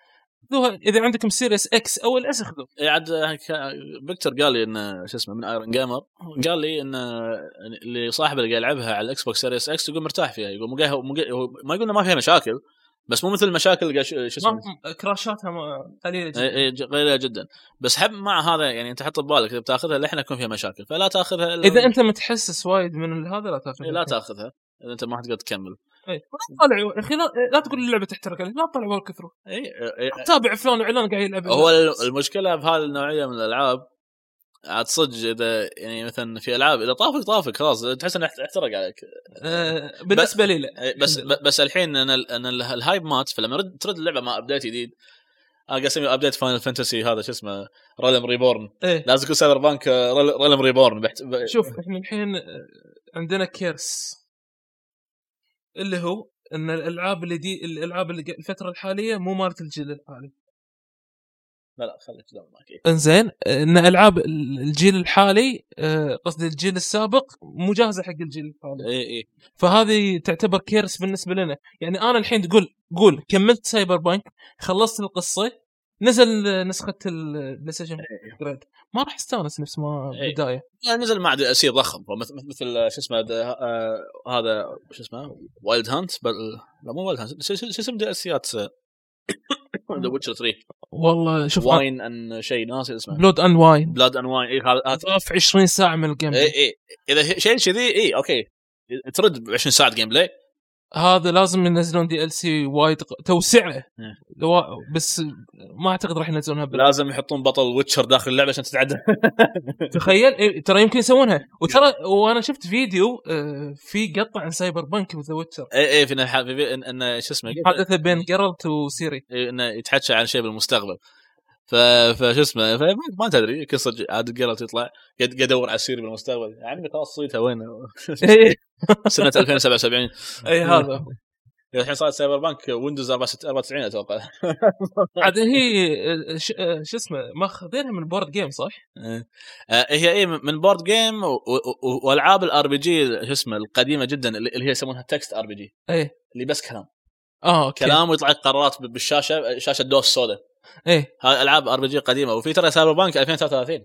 خذوها اذا عندكم سيريس اكس او الاس خذوه. عاد فيكتور قال لي ان شو اسمه من ايرون جيمر قال لي ان اللي صاحبه اللي قاعد يلعبها على الاكس بوكس سيريس اكس يقول مرتاح فيها، يقول ما يقولنا ما فيها مشاكل بس مو مثل المشاكل شو اسمه كراشاتها قليله جدا. قليله جدا، بس حب مع هذا يعني انت حط ببالك اذا بتاخذها اللي احنا يكون فيها مشاكل فلا تاخذها اذا انت متحسس وايد من هذا لا تاخذها اذا انت ما تقدر تكمل. اي طالع يا اخي لا تقول اللعبه تحترق، لا طالع ولا كثره. تابع فلان وعلان قاعد يلعب. هو المشكله بهذه النوعيه من الالعاب عاد صدق اذا يعني مثلا في العاب اذا طافك خلاص تحس انه احترق عليك. بالنسبه لي لا بس الحين انا الهايب مات، فلما ترد اللعبه مع ابديت جديد انا قسمي ابديت فاينل فانتسي هذا شو اسمه ريلم ريبورن لازم يكون سايبر بانك ريلم ريبورن. شوف احنا الحين عندنا كيرس اللي هو ان الالعاب الالعاب اللي الفتره الحاليه مو مالت الجيل الحالي. لا خليك تدور معك. انزين ان العاب الجيل الحالي قصدي الجيل السابق مو جاهزه حق الجيل الحالي. اي فهذه تعتبر كيرس بالنسبه لنا. يعني انا الحين قول كملت سايبر بانك خلصت القصه نزل نسخه البلاي ستيشن جريد ما راح استانس نفس ما بدايه. يعني نزل مع DLC ضخم مثل شو اسمه هذا شو اسمه وايلد هانت لا مو وايلد هانت شو اسم DLCات ذا ويتشر 3 والله شوف واين ان شيء ناسي اسمه بلود ان واين اي هذا اضاف 20 ساعه من الجيم بلاي. اي اذا شيء كذي اوكي ترد ب 20 ساعه جيم بلاي هذا لازم ينزلون DLC وايد توسعه بس ما اعتقد راح ينزلونها لازم يحطون بطل ويتشر داخل اللعبه عشان تتعدى. تخيل ترى يمكن يسوونها. وترى وانا شفت فيديو في قطع عن سايبر بانك وذا ويتشر اي في ان شو اسمه حدث بين جيرالت وسيري انه يتحكى عن شيء بالمستقبل فشو اسمه ما تدري يمكن صدق عاد جيرالت يطلع قد يدور على سيري بالمستقبل يا عمي خلاص صيتها وين سنه 2077 اي هذا الحين صارت سايبر بانك ويندوز 94 اتوقع. عاد هي شو اسمه ماخذينها من بورد جيم صح؟ هي ايه من بورد جيم والعاب الار بي جي شو اسمه القديمه جدا اللي هي يسمونها تكست ار بي جي اللي بس كلام كلام ويطلع قرارات بالشاشه شاشه دوس سوداء. هاي العاب ار بي جي قديمه. وفي ترى سايبر بانك 2033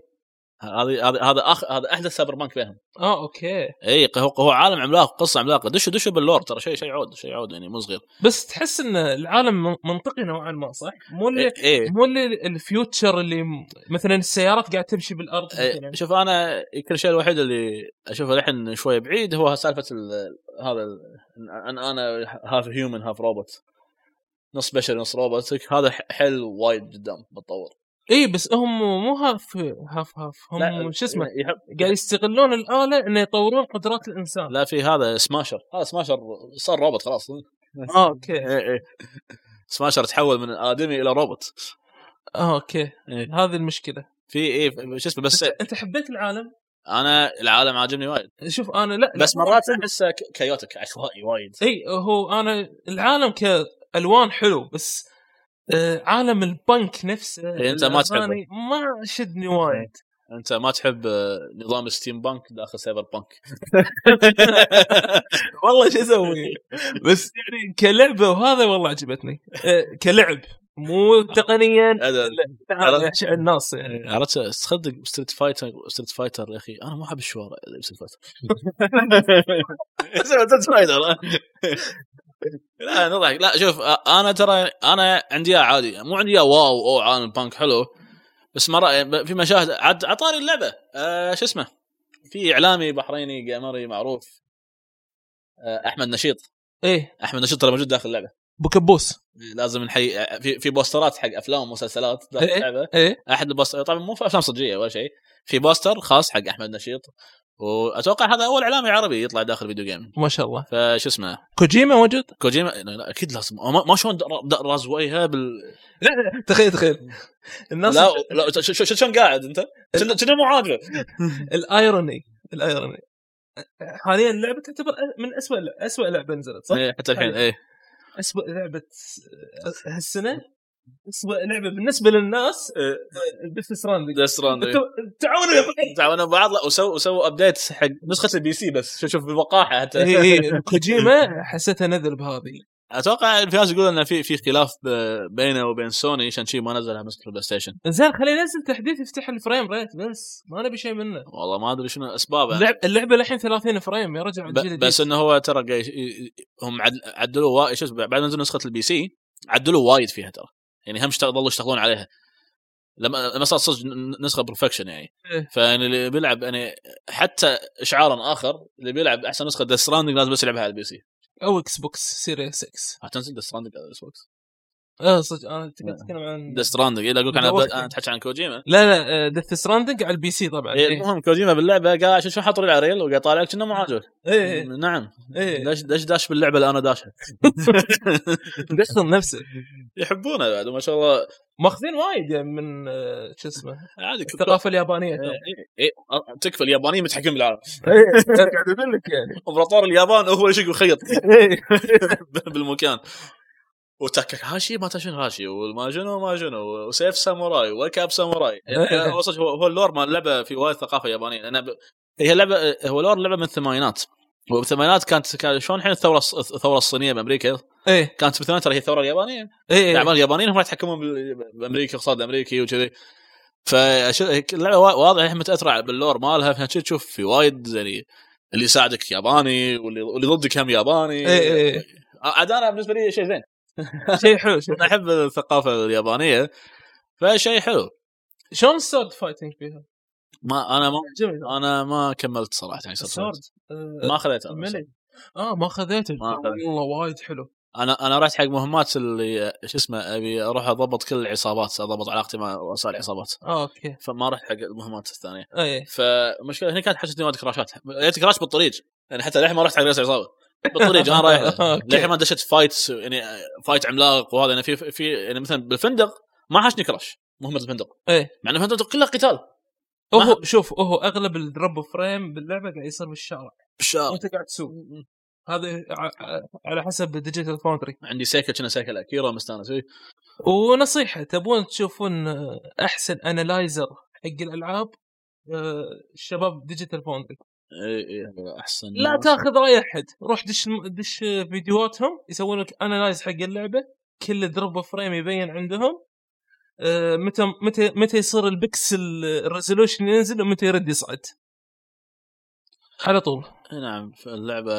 هذا احدث سايبر بانك بينهم. اوكي اي هو عالم عملاق قصه عملاقه دشوا باللور ترى شيء عود يعني مو صغير. بس تحس ان العالم منطقي نوعا ما صح؟ مو اللي الفيوتشر اللي مثلا السيارات قاعد تمشي بالارض. شوف انا كل شيء الوحيد اللي اشوفه الحين شويه بعيد هو سالفه هذا انا هاف هيومن هاف روبوت نص بشري نص روبوت هذا حل وايد قدام بتطور. اي بس هم مو هاف هم شو اسمه قاعد يستغلون الآلة انه يطورون قدرات الانسان. لا في هذا سماشر صار روبوت خلاص. اوكي سماشر تحول من آدمي الى روبوت. اوكي هذه المشكله في شو اسمه. بس انت حبيت العالم؟ انا العالم عاجبني وايد. شوف انا لا بس مرات احسه كايوتك عشوائي وايد. اي هو انا العالم كالوان حلو بس عالم البنك نفسه انت ما تحبه ما شدني وايد. انت ما تحب نظام ستيم بانك داخل سايبر بانك. والله شو اسوي بس يعني كلعبه وهذا والله عجبتني كلعب مو تقنيا يعشق الناس يعني. عرفت تصدق ستريت فايتر يا اخي انا ما احب الشوارع ستريت فايتر. لا نضحك. لا شوف انا ترى انا عندي عادي مو عندي واو عالم بانك حلو بس مرة في مشاهد عطاري اللعبة شو اسمه في إعلامي بحريني جيمري معروف أحمد نشيط. أحمد نشيط ترى موجود داخل اللعبة بوكبوس. لازم نحي في بوسترات حق أفلام ومسلسلات داخل اللعبة. أحد البوسترات طبعا مو في أفلام صجية ولا شيء في بوستر خاص حق أحمد نشيط وأتوقع هذا أول إعلامي عربي يطلع داخل فيديو جيم ما شاء الله. فشو اسمه كوجيما موجود. كوجيما لا أكيد لازم ما شلون رازويها لا تخيل الناس لا شلون قاعد أنت شنو مو عاجبه. الأيروني حاليا اللعبة تعتبر من أسوأ لعبة نزلت صح حتى الحين. أسوأ لعبة هالسنة أسوأ لعبة بالنسبة للناس ديث ستراندينج. تعاونوا بعض لا وسووا ابديت حق نسخة البي سي بس شوف بالوقاحة حتى. كوجيما حسيتها نذل بهذه اتوقع في ناس يقولون ان في خلاف بينه وبين سوني عشان شيء ما نزلها نسخه البلاي ستيشن. زين خليه ينزل تحديث يفتح الفريم ريت بس ما نبي شيء منه. والله ما ادري شنو اسبابه. اللعبه الحين 30 فريم يا رجل الجيل الجديد. بس انه هو ترى هم عدلوا وايد بعد ما نزلوا نسخه البي سي عدلوا وايد فيها ترى يعني هم ظلوا يشتغلون عليها لما صار صدق نسخه بيرفكشن يعني. فيعني اللي بيلعب يعني حتى اشعارا اخر اللي بيلعب احسن نسخه ديث ستراندنج لازم بس يلعبها على البي سي او اكس بوكس سيريس 6. هتنزل ديث ستراندنج على اكس بوكس. صدق انا اتكلم عن ديث ستراندنج. الا اقول انا تحكي عن كوجيما. لا ديث ستراندنج على البي سي طبعا. المهم كوجيما باللعبه قاعد شو حاط ريل على ريل وقاعد طالع كأنه مو عاجبك. نعم داش باللعبه اللي انا داشها. دخل نفسه يحبونه بعد ما شاء الله ماخذين وايد يعني من شو اسمه عادي الثقافه اليابانيه. تكفى اليابانيين متحكمين بالعالم. قاعد اقول لك يعني امبراطور اليابان هو اللي يشق خيط بالمكان. وتاكاهاشي ما تشن هاشي وما جنو وسيف ساموراي وكاب ساموراي. هو اللور مال اللعبه في وايد ثقافه يابانيه. هي لعبه هو اللور لعبه من الثمانينات وبالثمانينات كانت شلون الحين الثوره الصينيه بامريكا. كانت بالثمانينات هي الثوره اليابانيه. الاعمال اليابانيين هم يتحكمون بامريكا اقتصاد الامريكي وكذي. فاللعبه واضح هي متاثره باللور مالها. فهنا تشوف في وايد يعني اللي يساعدك ياباني واللي ضدك هم ياباني. عاد انا بالنسبه لي شيء زين شيء حلو. انا احب الثقافه اليابانيه فشيء حلو. شلون السورد فايتنج فيها؟ انا ما كملت صراحه يعني سورد ما اخذته. ما خذيته والله وايد حلو. انا رحت حق مهمات اللي شو اسمه ابي اروح اضبط كل العصابات اضبط علاقتي مع رؤساء العصابات. اوكي فما رحت حق المهمات الثانيه. فمشكله هنا كانت حاجتني وايد كراشات كراش بالطريق يعني حتى الحين ما رحت حق رئيس العصابه بالطريق انا رايح للحين ما دشت فايت يعني فايت عملاق وهذا يعني في يعني مثلا بالفندق ما حاشني كراش مهمه الفندق مع انه الفندق كله قتال. شوف اغلب الدروب فريم باللعبه قاعد يصير بالشارع وانت قاعد تسوق. هذا على حسب ديجيتال فاوندري. عندي سيكل كنا سيكل اكيرا مستانس فيه. ونصيحه تبون تشوفون احسن انالايزر حق الالعاب الشباب ديجيتال فاوندري. احسن لا تاخذ راي احد روح دش فيديوهاتهم يسوون لك انالايز حق اللعبه كل دروب فريم يبين عندهم متى يصير البكسل الريزولوشن ينزل ومتى يرد يصعد على طول. نعم اللعبه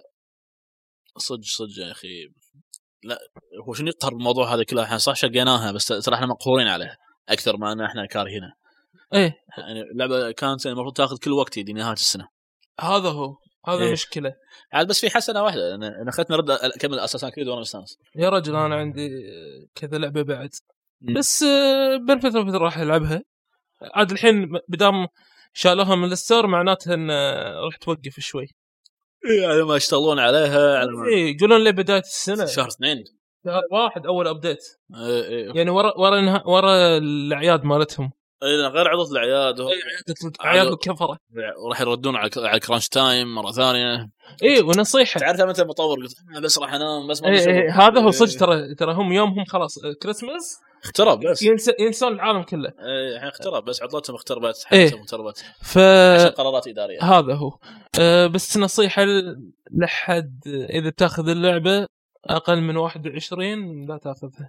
صدق يا اخي. لا هو شنو يقهر الموضوع هذا كله. احنا صح شقيناها بس ترى احنا مقهورين عليها اكثر ما ان احنا كارهينها. يعني اللعبه كانت المفروض تاخذ كل وقتي دي نهايه السنه. هذا مشكله عاد بس في حسنه واحده انا اخذتني رد اكمل اساسا كريد وانا مستانس. يا رجل انا عندي كذا لعبه بعد بس بين فتره راح العبها. عاد الحين بدام شالوها من الستور معناته ان راح توقف شوي يعني ما يشتغلون عليها يقولون لي بدايه السنه شهر 2 شهر 1 اول ابديت. يعني ورا الاعياد مالتهم. غير عروض الاعياد اعياد الكفره وراح يردون على كرانش تايم مره ثانيه. ونصيحه تعرف متى مطور قلت بس راح انام بس ما هذا هو صدق ترى هم يومهم خلاص كريسماس اخترب بس ينسون العالم كله. الحين اخترب بس عطلتهم اختربت حتى مختربت عشان قرارات اداريه. هذا هو بس نصيحه لحد اذا تاخذ اللعبه اقل من 21 لا تاخذها.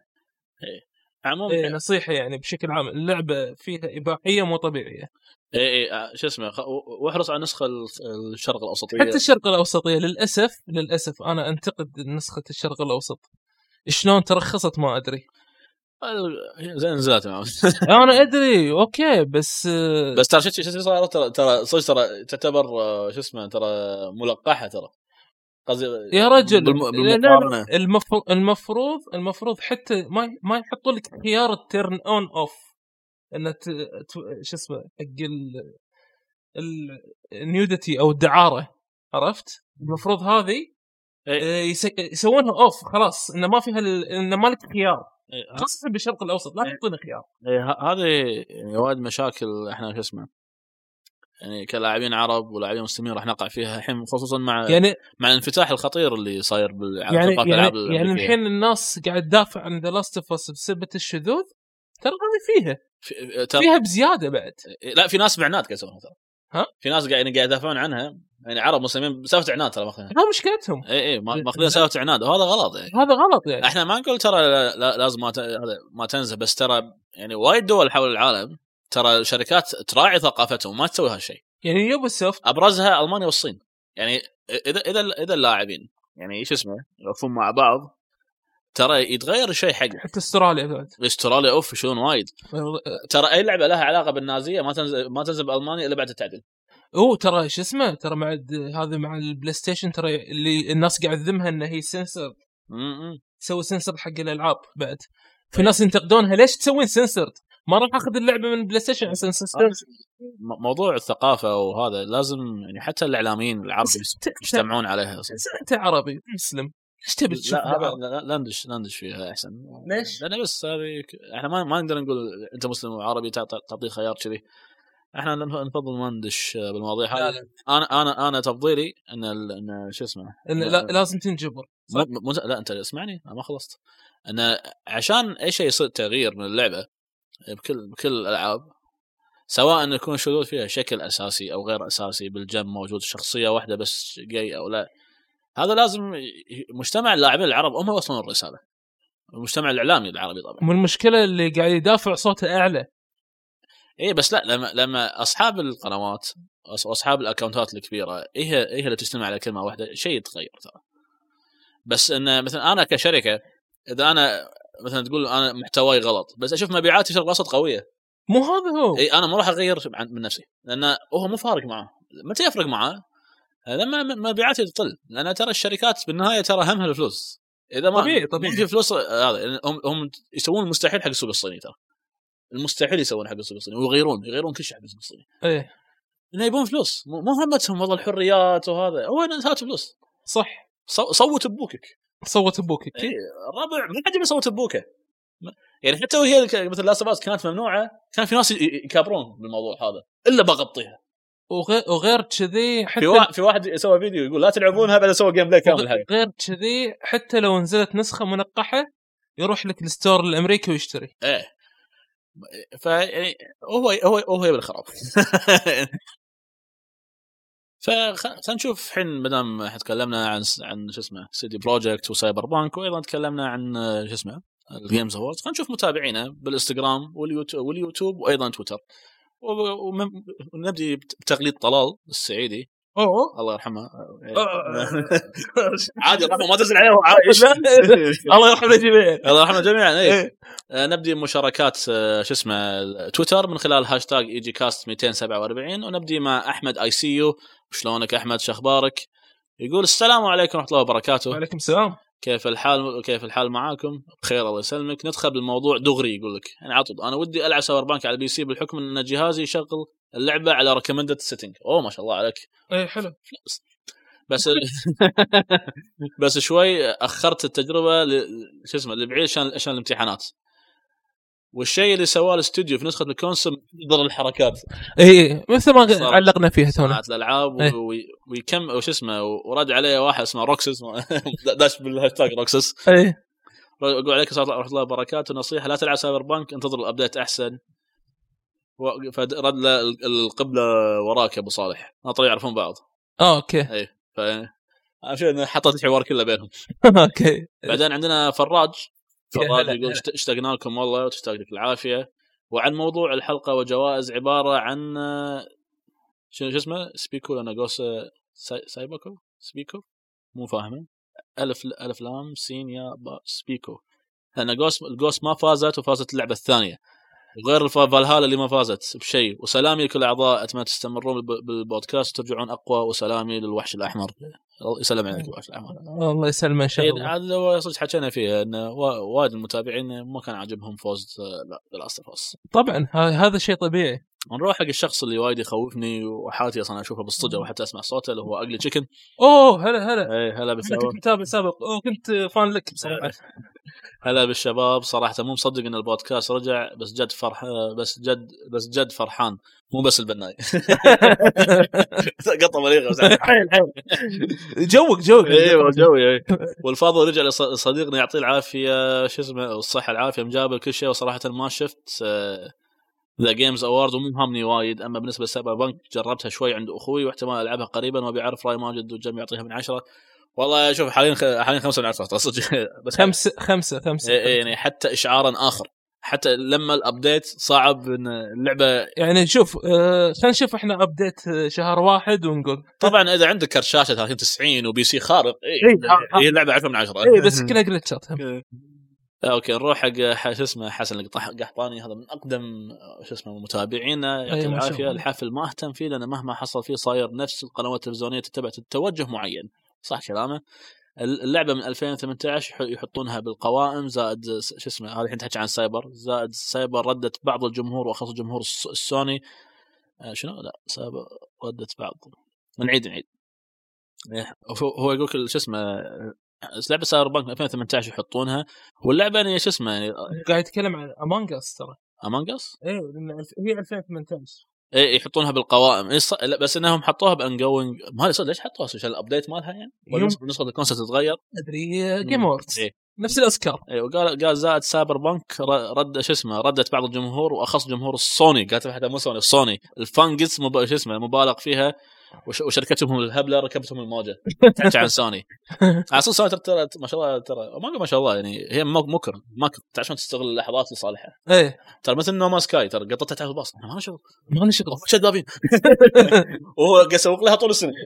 نصيحه يعني بشكل عام اللعبه فيها اباحيه مو طبيعيه. شو اسمه واحرص على نسخه الشرق الاوسطيه. حتى الشرق الاوسطيه للاسف انا انتقد نسخه الشرق الاوسط شلون ترخصت ما ادري. زين نزلت انا ادري اوكي بس ترى شو صار ترى صدق ترى تعتبر شو اسمه ترى ملقحه ترى يا رجل بالمقارنه. المفروض حتى ما يحطوا لك خيار التيرن اون اوف ان شو اسمه حق النيودتي او الدعاره عرفت. المفروض هذه يسوونها اوف خلاص انه ما فيها انه مالك خيار خاصة بالشرق الأوسط لا تعطينا خيار. هذه يعني وايد مشاكل احنا شو اسمه يعني كلاعبين عرب ولاعبين مسلمين راح نقع فيها الحين خصوصا مع الانفتاح الخطير اللي صاير بالالعاب يعني الحين الناس قاعد تدافع عن ذا لاست اوف اس بسبب الشذوذ. ترى هذه فيها بزياده بعد. لا في ناس بعناد قاعد يسوونها ترى. في ناس قاعد يدافعون عنها يعني عرب مسلمين بسالفه عناد ترى ماخذين. هذا مشكلتهم. اي ماخذين سالفه عناد وهذا غلط يعني. هذا غلط يعني. احنا ما نقول ترى لازم ما تنزه، بس ترى يعني وايد دول حول العالم ترى الشركات تراعي ثقافتهم وما تسوي هالشيء. يعني يوبيسوفت ابرزها المانيا والصين. يعني اذا اللاعبين يعني ايش اسمه يوقفون مع بعض ترى يتغير الشيء حقه. حتى استراليا بعد. استراليا اوف شلون وايد. ترى اي لعبه لها علاقه بالنازيه ما تنزل بالمانيا الا بعد التعديل. ترى ايش اسمه ترى هذا مع البلاي ستيشن ترى اللي الناس قاعد تذمها انها هي سنسر. تسوي سنسر حق الالعاب بعد. في ناس ينتقدونها ليش تسوين سنسر؟ ما راح اخذ اللعبه من بلاي ستيشن عشان سنسر. موضوع الثقافه وهذا لازم يعني حتى الاعلاميين العرب يجتمعون عليها. انت عربي مسلم ايش تبي تشوف؟ لا ندش فيها احسن. ليش؟ لأن بس هذه احنا ما نقدر نقول انت مسلم وعربي تعطيه خيار كذي. احنا نفضل ما ندش بالمواضيع هذه. انا تفضيلي ان شو اسمه لازم تنجبر. لا انت اسمعني انا ما خلصت. انا عشان اي شيء يصير تغيير من اللعبه بكل الالعاب سواء يكون الشذوذ فيها شكل اساسي او غير اساسي بالجيم موجود شخصيه واحده بس جاي او لا، هذا لازم مجتمع اللاعبين العرب هم يوصلون الرساله. المجتمع الاعلامي العربي طبعا من المشكله اللي قاعد يدافع صوته اعلى. ايه بس لا لما اصحاب القنوات واصحاب الاكونتات الكبيره هي اللي تجتمع على كلمه واحده شيء يتغير ترى. بس ان مثلا انا كشركه اذا انا مثلا تقول انا محتواي غلط بس اشوف مبيعاتي في الوسط قويه مو هذا هو. اي انا ما راح اغير من نفسي لان هو مو فارق معه. متى يفرق معه؟ لما مبيعاتي تقل. لان ترى الشركات بالنهايه ترى همها الفلوس. اذا ما طبيعي في فلوس هذا هم يسوون المستحيل حق السوق الصيني. ترى المستحيل يسوون حق السوق الصيني ويغيرون كل شيء حق السوق الصيني. ايه انه يبون فلوس مو همتهم والله الحريات وهذا هو انت فلوس صح. صوت ببوكك إيه؟ الربع ما حد يصوت ببوكه. يعني حتى وهي مثل لاست كانت ممنوعه كان في ناس يكابرون بالموضوع هذا الا بغطيها. وغير كذي حتى في واحد يسوي فيديو يقول لا تلعبونها بعد اسوي جيم بلاي كامل. هاي غير كذي حتى لو نزلت نسخه منقحه يروح لك الستور الامريكي ويشتري. ايه يعني هو بالخراب. فخلينا نشوف الحين مدام تكلمنا عن شو اسمه سيدي بروجكت وسايبر بانك وايضا تكلمنا عن شو اسمه الجيمز اووردز. خلينا نشوف متابعينا بالانستغرام واليوتيوب وايضا تويتر ونبدي بتقليد طلال السعيدي. الله يرحمه. عادي رحمه ما تزعل عليه عايش. الله يرحمه جميعا. الله يرحمه جميعا. نبدي مشاركات شو اسمه تويتر من خلال هاشتاج EGCast 247 ونبدي مع احمد اي سي يو. شلونك احمد شخبارك؟ يقول السلام عليكم ورحمه الله وبركاته. وعليكم السلام. كيف الحال معاكم؟ بخير الله يسلمك. ندخل بالموضوع دغري. يقول لك يعني عطب انا ودي العب سايبر بانك على البي سي بالحكم ان جهازي يشغل اللعبه على ريكومندد سيتنج. ما شاء الله عليك. اي حلو. بس شوي اخرت التجربه شو اسمه اللي بعيد عشان الامتحانات. والشيء اللي سواه الاستوديو في نسخه الكونسول ضر الحركات. اي مثل ما علقنا فيها تونا الالعاب ويكم وش اسمه ورد عليه واحد اسمه روكسس داش بالهاشتاج روكسس. اي اقول عليك ورحمه الله وبركاته نصيحه لا تلعب سايبر بانك انتظر الابديت احسن. فرد القبله وراك ابو صالح ما طلعوا يعرفون بعض. اوكي. اي عشان حطيت الحوار كله بينهم. اوكي. بعدين عندنا فراج يقول اشتقنا لكم والله وتشتاق لك العافيه. وعن موضوع الحلقه وجوائز عباره عن شو اسمه سبيكو لناغوس سايبوكو سبيكو مو فاهمه الف لام سين يا سبيكو. الجوس ما فازت وفازت اللعبه الثانيه وغير الفالهالا اللي ما فازت بشيء. وسلامي لكل الاعضاء اتمنى تستمرون بالبودكاست وترجعون اقوى. وسلامي للوحش الاحمر. الله يسلم عليك الوحش الاحمر. الله يسلمه ان شاء الله. هذا صدق حكينا فيه انه وايد المتابعين ما كان عاجبهم فوز لا طبعا هذا شيء طبيعي. نروح حق الشخص اللي وايد يخوفني وحالتي اصلا اشوفه بالصدق وحتى اسمع صوته اللي هو اجلي تشيكن. هلا بالشباب. كنت متابع سابق كنت فان لك بصراحه. هلا بالشباب صراحه مو مصدق ان البودكاست رجع بس جد فرحان مو بس البناي. قطه مليغه بس حيل جوك ايوه جوي. والفاضل رجع لصديقنا يعطيه العافيه شو اسمه والصحه العافيه مجابل كل شيء. وصراحه ما شفت ذا جيمز اوورد ومو هامني وايد. اما بالنسبه لسايبر بانك جربتها شوي عند اخوي واحتمال العبها قريبا وبيعرف راي ماجد والجميع يعطيها من 10. والله شوف حاليا 5 من 10 صدق بس 5 يعني حتى اشعارا اخر حتى لما الابديت صعب ان اللعبه يعني شوف خلينا نشوف احنا ابديت شهر 1 ونقول طبعا اذا عندك كرت شاشه 3090 وبي سي خارق هي اللعبه 10 من 10 بس كلها جلتشات. اوكي نروح حق شو اسمه حسن القحطاني هذا من اقدم شو اسمه متابعينا يعطيه العافيه. الحفل ما اهتم فيه لانه مهما حصل فيه صاير نفس القنوات التلفزيونيه تتبع توجه معين. صح كلامه. اللعبه من 2018 يحطونها بالقوائم زائد شو اسمه هذا الحين تحكي عن سايبر زائد سايبر ردت بعض الجمهور واخص جمهور السوني شنو لا سايبر ردت بعض نعيد هو يقول شو اسمه لعبه سايبر بانك 2018 يحطونها واللعبه يعني شو اسمه يعني قاعد يتكلم عن امونج اس ترى امونج اس ايه هي 2018 ايه يحطونها بالقوائم لا بس انهم حطوها بانجوينج ما صدق ليش حطوها عشان الابديت مالها يعني نسخه الكونسبت تتغير ادري جيم ووردز إيه. نفس الاوسكار ايه وقال زائد سايبر بانك رد شو اسمه ردت بعض الجمهور واخص جمهور السوني قالت حتى مو سوني السوني الفانجس شو اسمه مبالغ فيها وشركتهم الهبله ركبتهم الموجه تحكي عن سوني اصلا سوني ترى ما شاء الله ترى ما شاء الله يعني هي مكر عشان تستغل اللحظات لصالحها. ايه ترى مثل نوما سكاي ترى قطتها تحت الباص ما لي شغل شغابين وهو قاعد يسوق لها طول السنه.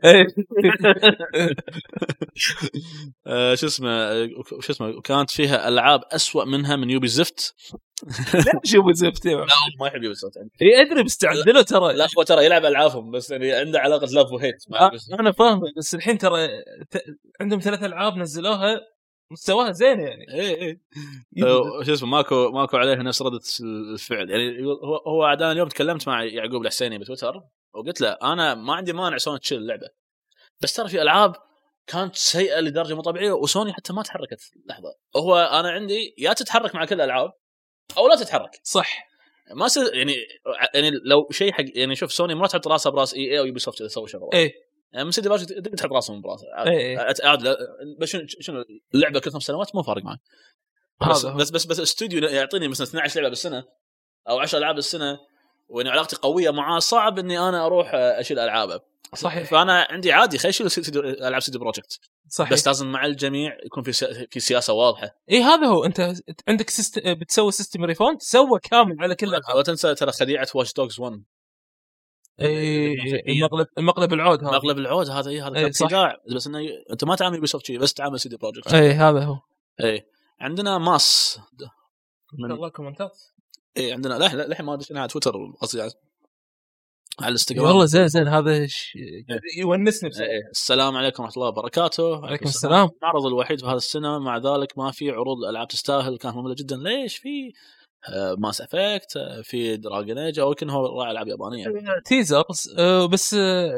شو اسمه كانت فيها العاب أسوأ منها من يوبي زفت. لا يوبي زفت لا ما يحب يوبي زفت اي ادري بس تعدله ترى لا هو ترى يلعب العابهم بس يعني عنده علاقه لاف وهيت انا فاهم بس الحين ترى عندهم 3 العاب نزلوها مستواها زين يعني. ايه شو اسمه ماكو عليها نفس ردة الفعل يعني. هو عادان اليوم تكلمت مع يعقوب الحسيني بتويتر وقلت له انا ما عندي مانع سوني تشيل اللعبه بس ترى في العاب كانت سيئه لدرجه مو طبيعيه وسوني حتى ما تحركت لحظه. هو انا عندي يا تتحرك مع كل الالعاب او لا تتحرك صح ما يعني لو شيء حق يعني شوف سوني ما تحط راسها براس اي او يوبي سوفت تسوي شغله ايه يعني من سيدي باش تحط راسهم براسه بس شنو اللعبه كل 5 سنوات مو فارق معي بس استوديو يعطيني مثلا 12 لعبه بالسنه او 10 العاب بالسنه وان علاقتي قويه معاه صعب اني انا اروح اشيل العابه. صحيح. فانا عندي عادي خلي اشيل العاب سيدي بروجكت صحيح. بس لازم مع الجميع يكون في سياسه واضحه. اي هذا هو انت عندك بتسوي سيستم ريفوند تسوي كامل على كل الالعاب. لا تنسى ترى خديعه واتش دوجز 1 المقلب العود هذا مقلب العود هذا كان خداع بس انه انت ما تعامل بيسوفت بس تعامل سيدي بروجكت. اي هذا هو. اي عندنا ماس من الله كومنتات. اي عندنا لحين ما دشنا على تويتر قصدي على الانستغرام. والله زين هذا يونسني بصراحه. السلام عليكم ورحمه الله وبركاته. وعليكم السلام. المعرض الوحيد في هذا السنه مع ذلك ما في عروض الالعاب تستاهل كانت ممله جدا. ليش في ماس افكت في دراجون ايج او كان هو راعي العاب يابانيه تيزر بس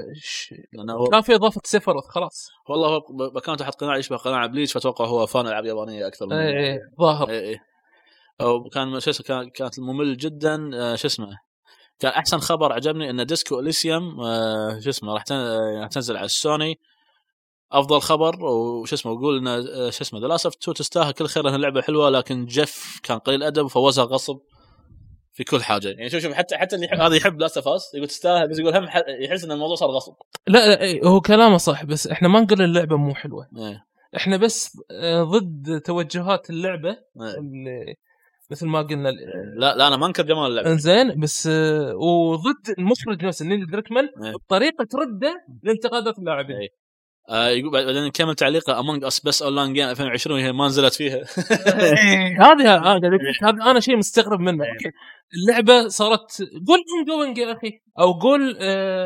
كان في اضافه سيفروث خلاص. والله هو كان تحت قناع يشبه قناع بليتش فتوقع هو فان العاب يابانيه اكثر من ظاهر. او كان كانت ممل جدا. شو اسمه كان احسن خبر عجبني ان ديسكو اليسيوم شو اسمه راح تنزل على السوني افضل خبر. وش اسمه يقول ان شو اسمه ذا لاست اوف 2 تستاهل كل خير انها لعبه حلوه لكن جيف كان قليل ادب وفوزها غصب في كل حاجه. يعني شوف حتى اللي هذا يحب لاست اوف اس يقول تستاهل بس يقول هم يحس ان الموضوع صار غصب. لا هو كلامه صح بس احنا ما نقول اللعبه مو حلوه. احنا بس ضد توجهات اللعبه اللي مثل ما قلنا. لا انا ما انكر جمال اللعبه زين بس وضد المخرج نفسه نيل دريكمان بطريقه رده لانتقادات اللاعبين. يقول بعدين نكمل تعليقه امونج اس بس اونلاين جيم 2020 هي ما نزلت فيها. هذا انا شيء مستغرب منه. اللعبه صارت قول جوينج يا اخي او قول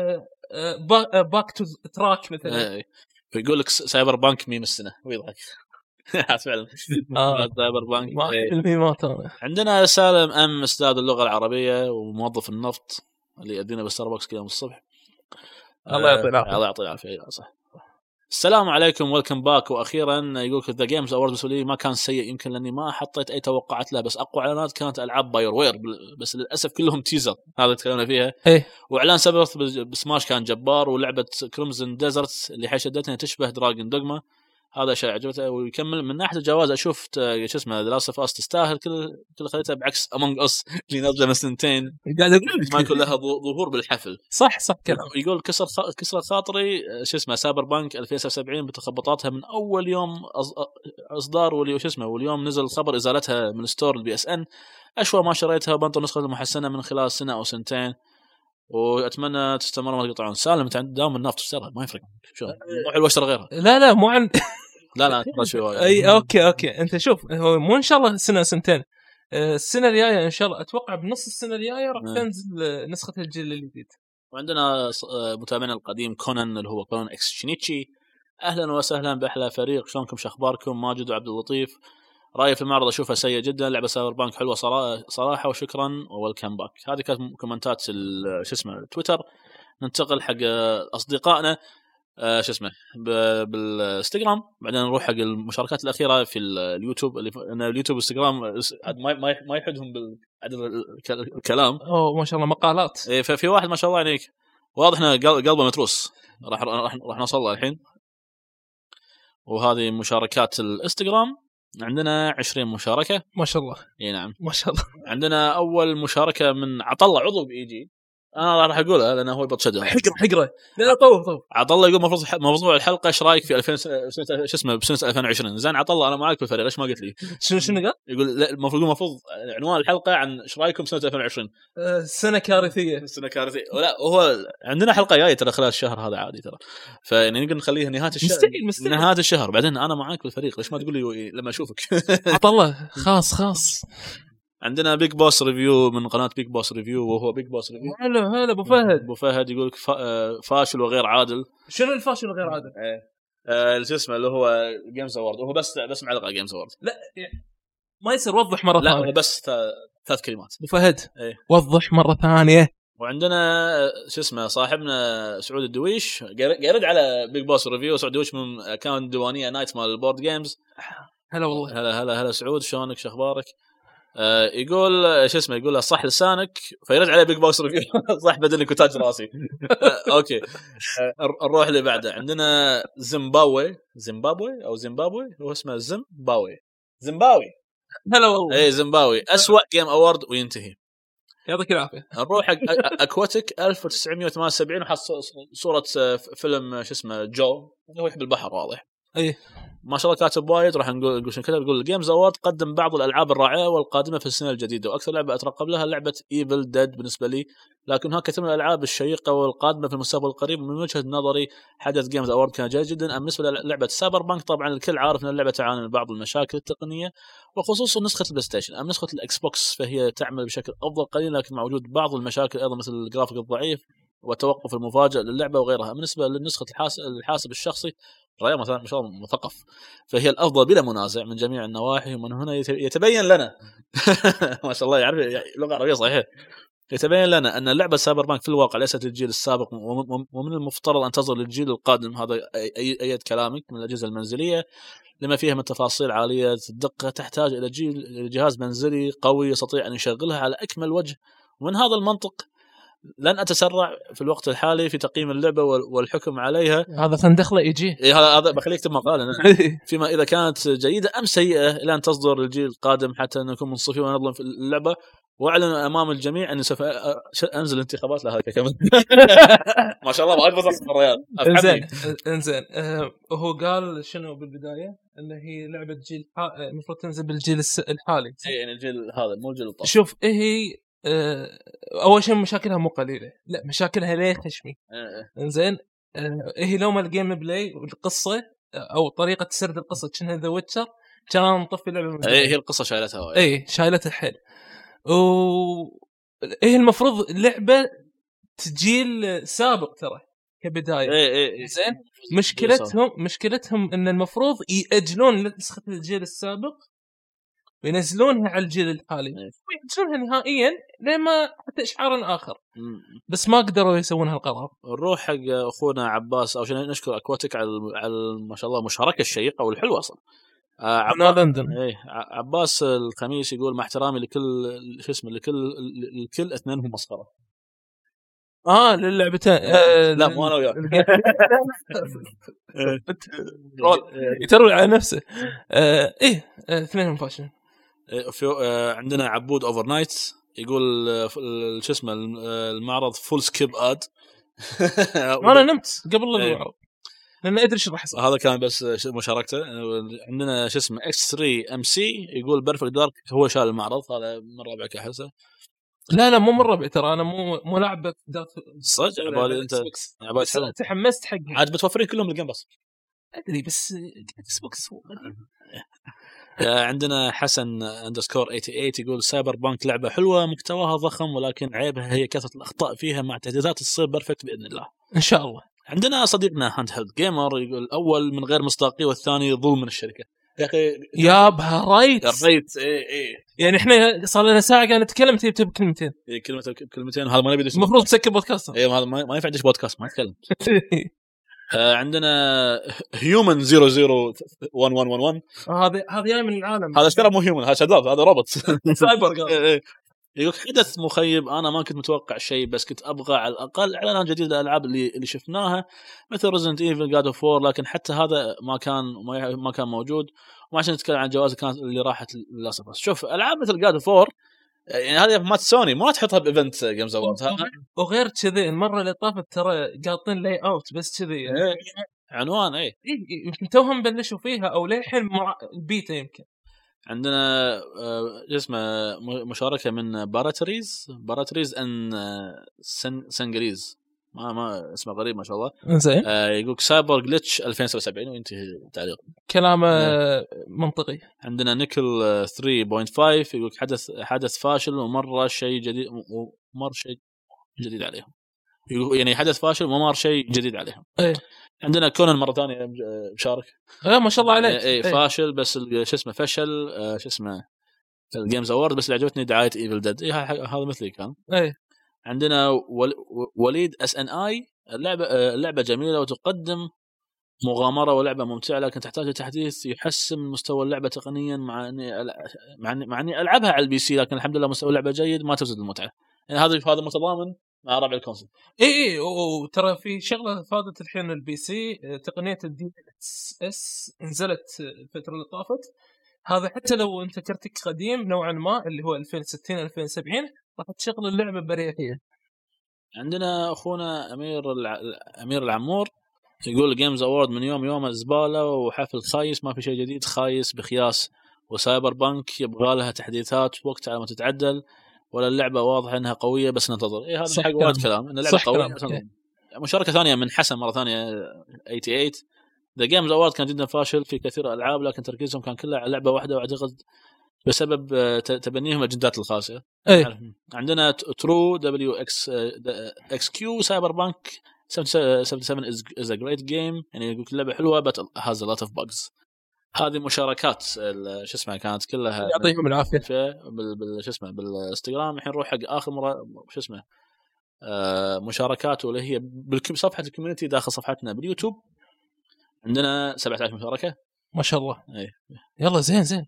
باك تو تراك مثلا. يقول لك سايبر بانك ميم السنه ويضحك فعلا. سايبر بانك الميمات. عندنا سالم ام استاذ اللغه العربيه وموظف النفط اللي يدينا بالستاربكس كل يوم الصبح. الله يعطيه العافيه. الله يعطيه العافيه. صح. السلام عليكم ويلكم باك. واخيرا يقول ذا جيمز اوورد بالنسبه ما كان سيء يمكن لاني ما حطيت اي توقعات له بس اقوى اعلانات كانت العاب باير وير بس للاسف كلهم تيزر هذا تكلمنا فيها. واعلان سبرث بسماش كان جبار ولعبه كريمزن ديزرت اللي حشدتني تشبه دراجون دوغما هذا شيء عجبته. ويكمل من ناحيه الجوائز اشوف شو اسمه ذا لاست اوف اس تستاهل كل خليتها، بعكس امونج اس اللي نزل من سنتين قاعد اقول ما يكون لها ظهور بالحفل. صح كلام. يقول كسر خاطري شو اسمه سايبر بانك 2077 بتخبطاتها من اول يوم اصدار واليوم نزل الخبر ازالتها من ستور البي اس ان. اشوى ما شريتها وبنطر نسخه المحسنه من خلال سنه او سنتين، واتمنى تستمر ما تقطعون. سالم انت دام النافط اشترى ما يفرق شو روح الوشترى غيرها. لا مو عن لا ترى شو اي اوكي انت شوف هو مو ان شاء الله سنه سنتين، السنه الجايه ان شاء الله اتوقع بنص السنه الجايه راح تنزل نسخه الجيل الجديد. وعندنا متابعنا القديم كونان اللي هو كونان اكس شينيتشي، اهلا وسهلا باحلى فريق، شلونكم شخباركم؟ ماجد وعبد اللطيف. رايي في المعرض اشوفها سيء جدا، لعبه سايبر بانك حلوه صراحه وشكرا وويلكم باك. هذه كانت كومنتات شو اسمه تويتر. ننتقل حق اصدقائنا شو اسمه بالانستغرام، بعدين نروح حق المشاركات الاخيره في اليوتيوب اللي اليوتيوب والانستغرام ما يحدهم بعدد الكلام. ما شاء الله مقالات. ففي واحد ما شاء الله عليك واضح انه قلبه متروس، راح نوصل له الحين. وهذه مشاركات الانستغرام، عندنا 20 مشاركه ما شاء الله. اي نعم ما شاء الله. عندنا اول مشاركه من عطله عضو باي جي، انا راح اقولها لانه هو يبطشدها. حقره لا طوف. عطله يقول موضوع الحلقه ايش رايك في 2000 شو اسمه بسنه 2020؟ زين عطله انا معاك بالفريق ليش ما قلت لي؟ شنو قال؟ يقول لا المفروض عنوان الحلقه عن ايش رايكم بسنه 2020. سنه كارثيه. ولا هو عندنا حلقه جايه ترى خلال الشهر هذا عادي ترى، فيعني نقدر نخليها نهايه الشهر. مستحيل. نهايه الشهر بعدين انا معاك بالفريق ليش ما تقول لي لما اشوفك؟ عطله خاص. عندنا بيج بوس ريفيو من قناه بيج بوس ريفيو، وهو بيج بوس ريفيو. هلا ابو فهد يقول فاشل وغير عادل. شنو الفاشل وغير عادل؟ شو اسمه اللي هو جيمز اوورد، وهو بس معلقه جيمز اوورد. لا ما يصير وضح مره ثانيه. لا بس 3 كلمات. ابو فهد وضح مره ثانيه. وعندنا شو اسمه صاحبنا سعود الدويش قاعد على بيج بوس ريفيو. سعود الدويش من اكاونت ديوانيه نايت مال البورد جيمز. هلا والله. هلا سعود شلونك شخبارك؟ يقول شو اسمه يقول له صح لسانك، فيرد عليه بيج بوس ريفيو صح بدنك وتاج راسي. اوكي نروح اللي بعده. عندنا زيمبابوي او زيمبابوي، هو اسمه زيمباوي. هلا والله. زيمباوي اسوأ جيم اوورد وينتهي. يعطيك العافيه. نروح حق اكواتيك 1978 وحط صوره فيلم شو اسمه جو، هو يحب البحر واضح. ما شاء الله كاتب وايد. راح نقول شنو كتب. يقول الجيمز اوورد قدم بعض الالعاب الرائعه والقادمه في السنه الجديده، واكثر لعبه اترقب لها لعبه ايفل ديد بالنسبه لي، لكن هناك كثير من الالعاب الشيقه والقادمه في المستقبل القريب. من وجهه نظري حدث جيمز اوورد كان جيد جدا. اما بالنسبه للعبه سايبر بانك طبعا الكل عارف ان اللعبه تعاني من بعض المشاكل التقنيه وخصوصا نسخه البلاي ستيشن. اما نسخه الاكس بوكس فهي تعمل بشكل افضل قليلا، لكن مع وجود بعض المشاكل ايضا مثل الجرافيك الضعيف وتوقف المفاجئ للعبه وغيرها. بالنسبه لنسخه الحاسب الشخصي رأي مثلا مش مثقف، فهي الأفضل بلا منازع من جميع النواحي. ومن هنا يتبين لنا ما شاء الله يعرف لغة عربية صحيح. يتبين لنا أن اللعبة سايبر بانك في الواقع ليست للجيل السابق، ومن المفترض أن تظهر للجيل القادم. هذا أيد كلامك من الأجهزة المنزلية لما فيها من تفاصيل عالية الدقة تحتاج إلى جهاز منزلي قوي يستطيع أن يشغلها على أكمل وجه. ومن هذا المنطق لن أتسرع في الوقت الحالي في تقييم اللعبة والحكم عليها. هذا خندخله يجي هذا بخليك تكتب مقالة فيما إذا كانت جيدة أم سيئة إلى أن تصدر الجيل القادم حتى نكون منصفين ونظلم في اللعبة. وأعلن أمام الجميع أني سوف أنزل انتخابات لهذا كمان. ما شاء الله ما أقدر أصبر ريال. إنزين هو قال شنو بالبداية إنه هي لعبة جيل المفروض تنزل بالجيل الحالي. يعني الجيل هذا مو الجيل الطاف. شوف هي اول شيء مشاكلها مو قليله، لا مشاكلها ليه خشمي. انزين هي لو ما الجيم بلاي والقصه او طريقه سرد القصه كأنها ذا ويتشر كان نطفي اللعبه. هي القصه شايلتها شايلتها حيل. هي المفروض لعبه تجيل سابق ترى كبدايه. زين مشكلتهم ان المفروض ياجلون نسخه الجيل السابق وينزلونها على الجيل الحالي وينزلونها نهائيا لما حتى إشعار آخر. بس ما قدروا يسوون هالقرار. نروح حق أخونا عباس أو شيء. نشكر أكواتك على ما شاء الله مشاركة الشيقة والحلوة أصلا. عباس الخميس يقول مع احترامي لكل شو اسمه لكل اثنين هم مسخرة. للعبتين لا مو انا وياك يتروي على نفسه. اثنين فاشل. عندنا عبود اوفر نايت يقول شو اسمه المعرض فول سكيب اد. انا نمت قبل المعرض لأن أدري شو راح يصير. هذا كان بس مشاركته. عندنا شو اسمه X3MC يقول بيرفكت دارك هو شال المعرض. هذا من ربعك أحسه. لا مو من ربع ترى أنا مو لاعب دارك صدق. عبالي أنت تحمست حق عاد بتوفرين كلهم بالجيم بس أدري بس إكس بوكس. عندنا حسن _88 يقول سايبر بانك لعبة حلوة محتواها ضخم ولكن عيبها هي كثرة الأخطاء فيها مع تحديثات تصير بيرفكت بإذن الله إن شاء الله. عندنا صديقنا هاند هيلد جيمر يقول الأول من غير مصداقية والثاني ظلم من الشركة. يا أخي يابها رايت إيه يعني إحنا صار لنا ساعة قاعد نتكلم تبي كلمتين. كلمتين وهذا ما نبي المفروض تسكر بودكاست. إيه هذا ما ينفع دش بودكاست ما يتكلم. عندنا هيومن 001111 هذا من العالم. هذا اشترى مو هيومن هذا شداد هذا روبوت سايبر قال. يقول حدث مخيب انا ما كنت متوقع شيء بس كنت ابغى على الاقل اعلانات جديده للالعاب اللي شفناها مثل ريزنت ايفل جاد اوف وور لكن حتى هذا ما كان موجود. وما عشان نتكلم عن جوائز كانت اللي راحت للاسف. شوف العاب مثل جاد اوف وور يعني هذه مات سوني ما تحطها بايفنت جيمز اوورد. وغير كذي المره اللي طافت ترى قاطين لاي اوت بس كذي يعني عنوان يمكن توهم بلشوا فيها او للحين البيتا يمكن. عندنا اسمه مشاركه من باراتريز ان سنغريز ما اسمه غريب ما شاء الله. زين يقول سايبر جلitch 2077 وينتهي التعليق. كلامه منطقي. عندنا نيكل 3.5 يقول حدث فاشل ومره شيء جديد عليهم. يقول يعني حدث فاشل ومر شيء جديد عليهم. عندنا كونان مره ثانيه مشارك. ما شاء الله عليك. فاشل بس شو اسمه فشل شو اسمه الجيمز اوورد بس اللي عجبتني دعايه ايفل ديد. هذا مثلي كان. عندنا وليد SNI اللعبه جميله وتقدم مغامره ولعبه ممتعه لكن تحتاج تحديث يحسن مستوى اللعبه تقنيا مع اني العبها على البي سي لكن الحمد لله مستوى اللعبه جيد ما تزيد المتعه. يعني هذا متضامن مع ربع الكونسول. وترى في شغله فادت الحين البي سي تقنيه الدي اس نزلت الفتره اللي طافت. هذا حتى لو انت كرتك قديم نوعا ما اللي هو 2060 2070 راح تشغل اللعبه بريحيه. عندنا اخونا امير العمور يقول جيمز اوورد من يوم زباله وحفل خايس ما في شيء جديد خايس بخياس وسايبر بانك يبغى لها تحديثات وقت على ما تتعدل ولا اللعبه واضحه انها قويه بس ننتظر. هذا حق وايد كلام ان اللعبه قويه. مشاركه ثانيه من حسن مره ثانيه 88 ذا جيمز اوورد كان جدا فاشل في كثير الالعاب لكن تركيزهم كان كله على لعبه واحده واعتقد بسبب تبنيهم الاجندات الخاصه. عندنا ترو WXQ سايبر بانك 77 is a great game يعني يقول اللعبه حلوه but has a lot of bugs. هذه مشاركات شو اسمها كانت كلها يعطيهم العافيه شو اسمه بالانستغرام. الحين نروح حق اخر مره شو اسمه مشاركات اللي هي بصفحه الكوميونتي داخل صفحتنا باليوتيوب. عندنا 17 مشاركه ما شاء الله. يلا زين.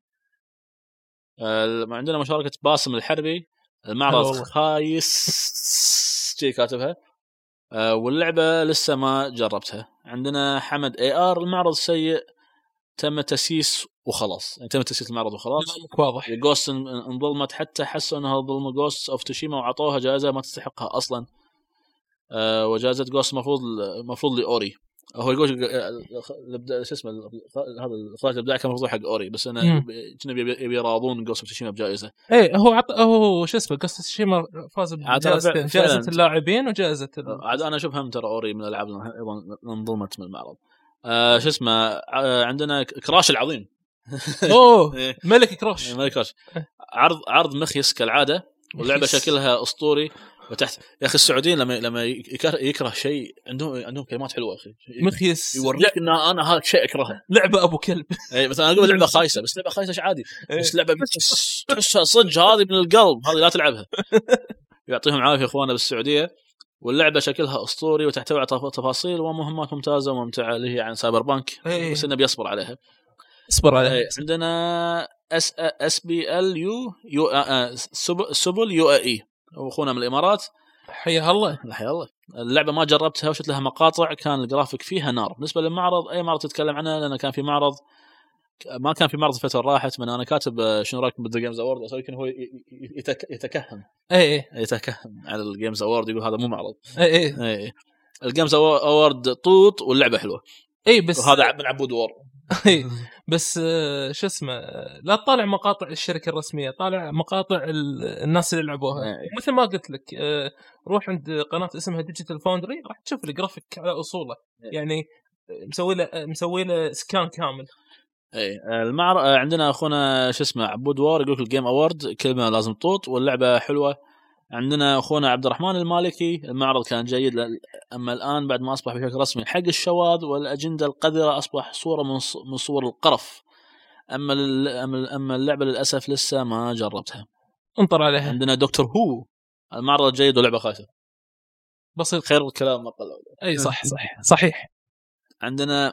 عندنا مشاركه باسم الحربي المعرض خايس شي كاتبها واللعبه لسه ما جربتها. عندنا حمد AR المعرض سيء تم تسييس وخلاص يعني تم تسييس المعرض وخلاص واضح. جوست انظلمت حتى حسوا انها ظلم جوست اوف توشيما وعطوها جائزه ما تستحقها اصلا. وجائزه جوست مفروض لاوري. هو يقول شو اسمه هذا الاخراج الابداعي كان مفروض حق اوري بس انا كنا يبي يراضون جوست اوف توشيما بجائزه. هو شو اسمه جوست اوف توشيما فاز بجائزه اللاعبين وجائزه عاد انا اشوف هم ترى اوري من الالعاب ايضا انظلمت من المعرض. شو اسمه عندنا كراش العظيم. ملك كراش. عرض مخيس كالعاده واللعبه شكلها اسطوري وتحت. يا اخي السعوديين لما يكره شيء عندهم كلمات حلوه اخي. مخيس يوريك ان انا هذا الشيء اكرهه. لعبه ابو كلب. اي مثلا اقول لعبه خايسه بس لعبه خايسه عادي بس لعبه تحسها صدق هذه من القلب هذه لا تلعبها. يعطيهم العافيه اخواننا بالسعوديه. واللعبه شكلها اسطوري وتحتوي على تفاصيل ومهمات ممتازه وممتعه اللي هي عن سايبر بانك بس انه بيصبر عليها. عندنا SBL سبل UAE واخونا من الامارات حيا الله. حيا الله. اللعبه ما جربتها وشفت لها مقاطع، كان الجرافيك فيها نار. بالنسبه للمعرض اي معرض تتكلم عنه، لان كان في معرض ما كان في معرض الفتره راحت من انا كاتب شنو رايكم بالذا جيمز اوورد، ولكن هو يتكهن يتكهن على الجيمز اوورد، يقول هذا مو معرض. اي الجيمز اوورد طوط واللعبه حلوه. اي بس وهذا من عبود وور. بس شو اسمه، لا تطالع مقاطع الشركه الرسميه، طالع مقاطع الناس اللي لعبوها. مثل ما قلت لك روح عند قناه اسمها ديجيتال فاوندري راح تشوف الجرافيك على اصوله، يعني مسوي له سكان كامل. اي المعرض عندنا اخونا شو اسمه عبود وور يقول الجيم اوورد كلمه لازم طوط واللعبه حلوه. عندنا اخونا عبد الرحمن المالكي المعرض كان جيد، اما الان بعد ما اصبح بشكل رسمي حق الشواذ والاجنده القذره اصبح صوره من صور القرف. اما اللعبه للاسف لسه ما جربتها، انطر عليها. عندنا دكتور هو المعرض جيد ولعبه خايسه بسيط، خير الكلام ما قل. اي صحيح. عندنا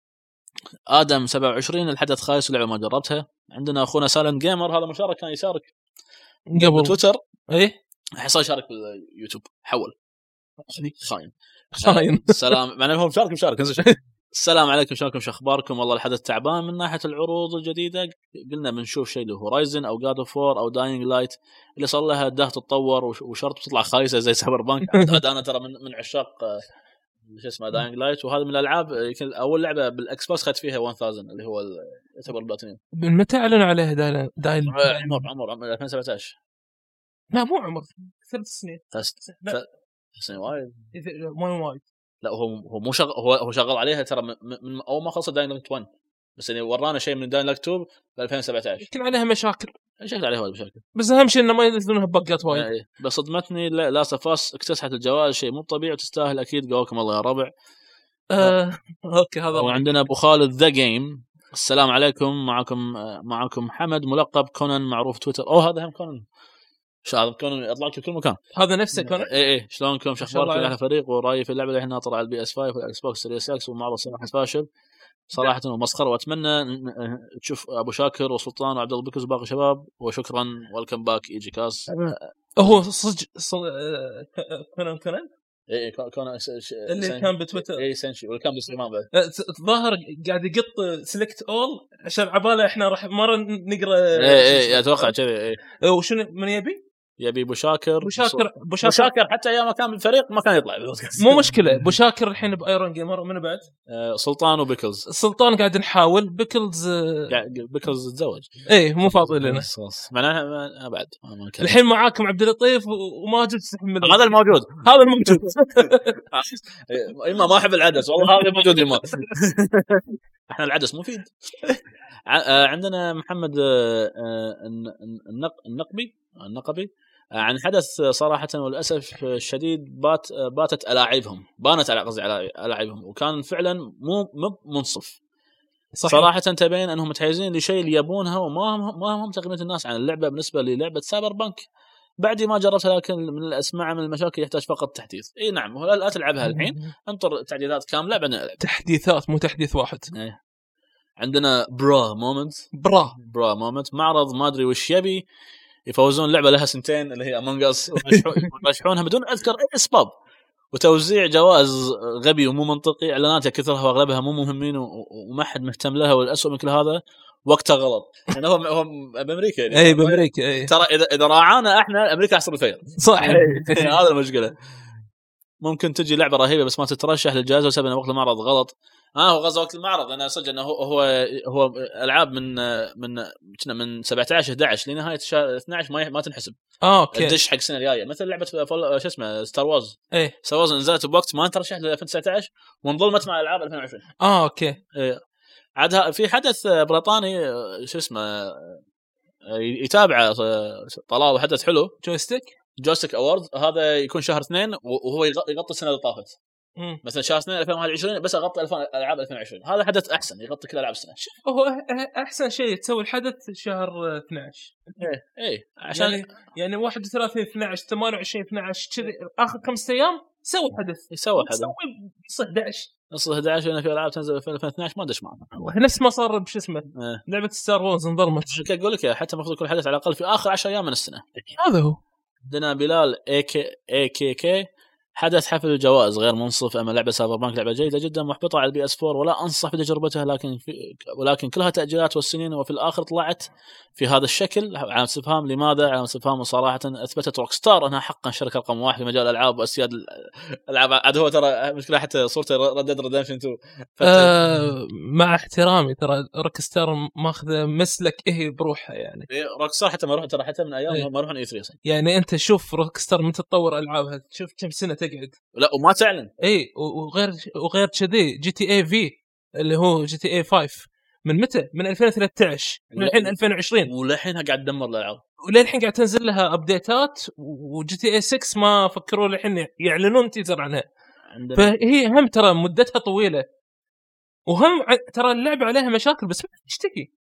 ادم 27 الحدث خايس ولعبه ما جربتها. عندنا اخونا سالن جيمر هذا مشارك كان يشارك قبل تويتر، ايه حصل يشارك باليوتيوب حول خاين. السلام معناه هو مشارك السلام عليكم، شلونكم، شو اخباركم؟ والله الحدث تعبان من ناحيه العروض الجديده. قلنا بنشوف شيء لهورايزن او جاد اوف وور او داينج لايت اللي صار لها ده تتطور وشرط تطلع خايسه زي سايبر بانك. انا ترى من عشاق شو اسمه داينج لايت، وهذا من الالعاب يمكن اول لعبه بالاكس بوكس خدت فيها 1000 اللي هو يعتبر البلاتينيوم. من متى اعلنوا عليه داينج؟ عمر 2017. لا مو عمر 3 سنين. 3 سنين وايد وايد. لا هو مو شغل، هو شغال عليها ترى من اول ما خلص داينج لايت 1، بس يعني ورانا شيء من داينج لايت 2 ب 2017. يمكن عليها مشاكل، شكل عليها وايد مشاكل، بس اهم شيء انه ما ينزلونها بقات وايد. بس صدمتني لا صفاس اكتسحت الجوائز، شيء مو طبيعي وتستاهل اكيد. قولكم الله يا ربع. اوكي هذا. وعندنا ابو خالد ذا جيم السلام عليكم، معكم محمد ملقب كونان معروف تويتر. هذا هم كونان، شاهد كونان يطلع في كل مكان. هذا نفسه كونان. ايه شلونكم، شو اخباركم اهل الفريق؟ ورايي في اللعبه اللي احنا ناطر على البي اس 5 والاكس بوكس سيريس اكس، ومعرض صراحه فاشل صراحه ومسخره. واتمنى تشوف ابو شاكر وسلطان وعبد الله بكر وباقي الشباب. وشكرا ويلكم باك ايجي كاس. هو كونان ايه كونان اللي كان بتويتر. ايه سنشي ولا كان باستخدام بعد الظاهر قاعد يقط سيلكت اول عشان عباله احنا راح مره نقرا. ايه اتوقع كذا. ايه وشنو من يبي ابو شاكر حتى ايام ما كان بالفريق ما كان يطلع. مو مشكله. ابو شاكر الحين بايرون جيمر. من بعد سلطان وبيكلز. سلطان قاعد نحاول. بيكلز تزوج. ايه مو فاضي لنا معناها بعد الحين معاكم عبد اللطيف وماجد تحمل. هذا الموجود اما ما احب العدس والله هذا موجود ما احنا العدس مفيد. عندنا محمد النقبي عن حدث صراحة وللأسف الشديد بانت ألاعبهم وكان فعلا مو منصف صراحة. تبين أنهم متحيزين لشيء اللي يبونها وما هم تقييمات الناس عن اللعبة بالنسبة للعبة سايبر بانك بعد ما جربتها، لكن من الأسماع من المشاكل يحتاج فقط تحديث. اي نعم هو لا تلعبها الحين، انطر تعديلات كاملة بعدين العب. تحديثات مو تحديث واحد. عندنا برا مومنت معرض ما أدري وش يبي يفوزون لعبة لها 2 اللي هي أمونج أس ومشحونها بدون أذكر أي أسباب، وتوزيع جوائز غبي ومو منطقي، إعلاناتها كثرها وأغلبها مو مهمين وما حد مهتم لها. والأسوأ من كل هذا وقتها غلط. يعني هو بأمريكا يعني. أي بأمريكا. ترى إذا راعانا إحنا أمريكا أحسن الفير صح. هذا المشكلة. ممكن تجي لعبة رهيبة بس ما تترشح للجائزة بسبب أن وقت المعرض غلط. هو غزا وقت المعرض. أنا صدق أنه هو ألعاب من 17-11 لنهاية شهر 12 ما تنحسب. أوكي. الدش حق السنة الجاية مثل لعبة شو اسمه ستار وورز. ستار وورز نزلت بوقت ما ترشح ل 2019 وانظلمت مع ألعاب 2020. أوكي. عادها في حدث بريطاني شو اسمه يتابع طلال حدث حلو جويستيك أورد. هذا يكون شهر 2 وهو يغطي السنة اللي طافت. مثلا شهر 2 2021 بس اغطي العاب 2020. هذا حدث احسن يغطي كل العاب السنه. هو احسن شيء تسوي الحدث شهر 12. ايه عشان يعني 31 12 28 12 كذي اخر 5 ايام سوي حدث. يسوي حدث نص 11 هنا في العاب تنزل في 2012 ما ادش معنا. نفس ما صار بش اسمه لعبه ستار وورز انظلمت. اقول لك حتى المفروض كل حدث على الاقل في اخر 10 ايام من السنه. هذا هو عندنا بلال AKK حدث حفل الجوائز غير منصف. أما لعبة سايبر بانك لعبة جيدة جدا محبطة على الPS4 ولا أنصح بتجربتها، ولكن كلها تأجيلات والسنين، وفي الآخر طلعت في هذا الشكل. على استفهام لماذا؟ على استفهام وصراحة أثبتت روكستار أنها حقا شركة رقم 1 في مجال الألعاب وأسياد الألعاب. عاد هو ترى مشكلة حتى صورته ردد ريدمشن 2 مع احترامي ترى روكستار ماخذ مسلك بروحها يعني. روكستار حتى ما روح ترى حتى من أيام ما روحن E3 يعني أنت شوف روكستار من تطور ألعابها شوف كم سنة تقعد لا وما تعلن. وغير كذي GTA V اللي هو GTA 5 من متى؟ من 2013 من الحين 2020 وللحين قاعد تدمر الألعاب، وللحين قاعد تنزل لها أبديتات. وGTA 6 ما فكروا الحين يعلنون تيزر عنها. فهي هم ترى مدتها طويلة، وهم ترى اللعبة عليها مشاكل بس ما تشتكي.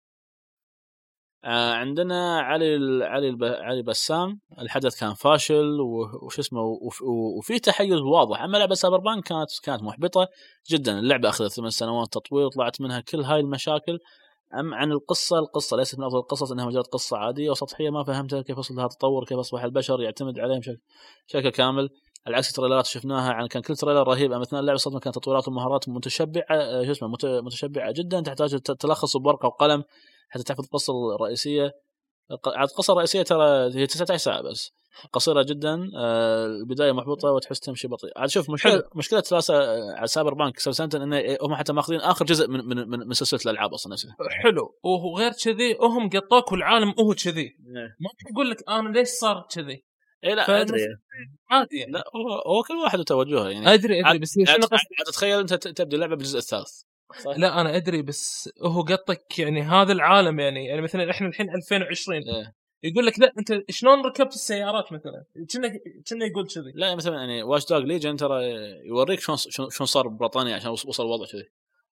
عندنا علي بسام الحدث كان فاشل وش اسمه وفي تحيز واضح. اما لعبه سايبر بانك كانت محبطه جدا. اللعبه اخذت 8 سنوات تطوير وطلعت منها كل هاي المشاكل. عن القصه ليست من افضل القصص، انها مجرد قصه عاديه وسطحيه ما فهمتها كيف وصل لها تطور، كيف اصبح البشر يعتمد عليهم بشكل كامل. العكس تريلرات شفناها يعني كان كل تريلر رهيب. اما اثناء اللعبه صدمه كانت تطويرات ومهارات متشبعه جدا، تحتاج تلخص بورقه وقلم حتى تحفظ القصة الرئيسية. القصة الرئيسية ترى هي 19 ساعة بس، قصيرة جدا. البداية محبطة وتحس تمشي بطيء. عاد شوف مشكلة ثلاثة على سايبر بانك سنة إنه هم حتى ماخذين آخر جزء من سلسلة الألعاب أصلا نفسها. حلو. وغير كذي هم قطوك والعالم كذي ما تقول لك أنا ليش صار كذي. إيه لا أدري عادي يعني. لا هو كل واحد وتوجهه يعني. أدري بس تتخيل أنت تبدأ اللعبة بالجزء الثالث. صح. لا أنا أدري بس هو قطك يعني هذا العالم يعني مثلا إحنا الحين 2020 يقول لك لا أنت شلون ركبت السيارات مثلا كنا يقول كذي. لا مثلا يعني واش دوغ ليجن ترى يوريك شلون صار ببريطانيا عشان وصل الوضع كذي.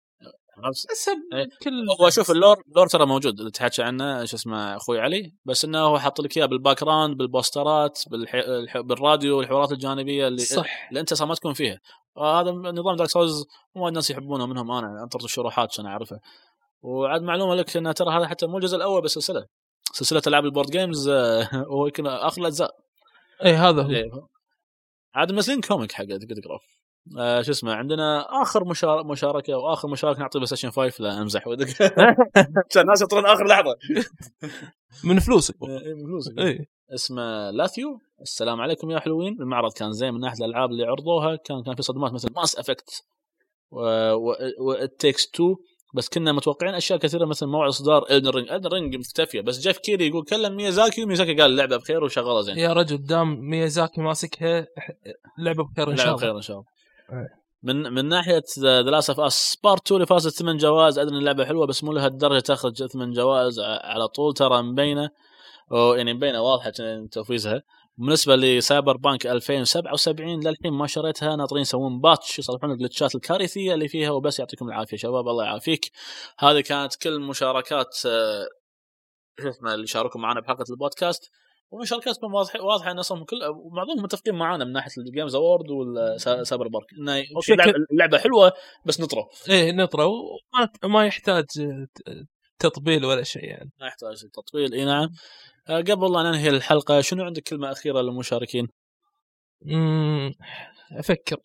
هو شوف اللور ترى موجود اللي تحكي عنه شو اسمه اخوي علي، بس انه هو حاط لك اياه بالباك جراوند بالبوسترات بالراديو والحوارات الجانبيه اللي صح. اللي انت صار ما تكون فيها. هذا نظام دارك سولز مو الناس يحبونه منهم. انا انطرت الشروحات عشان اعرفها. وعاد معلومه لك ان ترى هذا حتى مو الجزء الاول بس سلسله العاب البورد جيمز هو يمكن اخر الاجزاء. اي هذا هو عاد مسلين كوميك حق تقرا شو اسمه. عندنا اخر مشاركه واخر مشاركه نعطي بلايستيشن 5. لا امزح ودك عشان الناس يطلعون اخر لحظه من فلوسك. اي اسمه لاثيو. السلام عليكم يا حلوين. المعرض كان زين من ناحيه الالعاب اللي عرضوها، كان في صدمات مثل ماس افكت والتيكس 2، بس كنا متوقعين اشياء كثيره مثل موعد اصدار إلدن رينج مختفيه. بس جيف كيري يقول كلم ميازاكي وميازاكي قال اللعبه بخير وشغاله زين. يا رجل دام ميازاكي ماسكها لعبه بخير ان شاء الله. من ناحيه ذا لاست اوف اس بارت 2 اللي فازت 8 جوائز. ادري اللعبه حلوه بس مو لها الدرجه تاخذ 8 جوائز على طول. ترى مبينه يعني مبينه واضحه تنفيذها. بالنسبه لسايبر بانك 2077 للحين ما شريتها، ناطرين يسوون باتش يصلحون الجلتشات الكارثيه اللي فيها وبس. يعطيكم العافيه شباب الله يعافيك. هذه كانت كل مشاركات اللي شاركوا معنا بحلقه البودكاست، ومشاركاتهم واضحه ان اصلا كل معظمهم متفقين معنا من ناحيه الجيمز اوورد والسايبر بارك انه اللعبه حلوه بس نطره وما يحتاج تطبيل ولا شيء يعني. ما يحتاج تطبيل. اي نعم. قبل لا ننهي الحلقه شنو عندك كلمه اخيره للمشاركين؟ افكر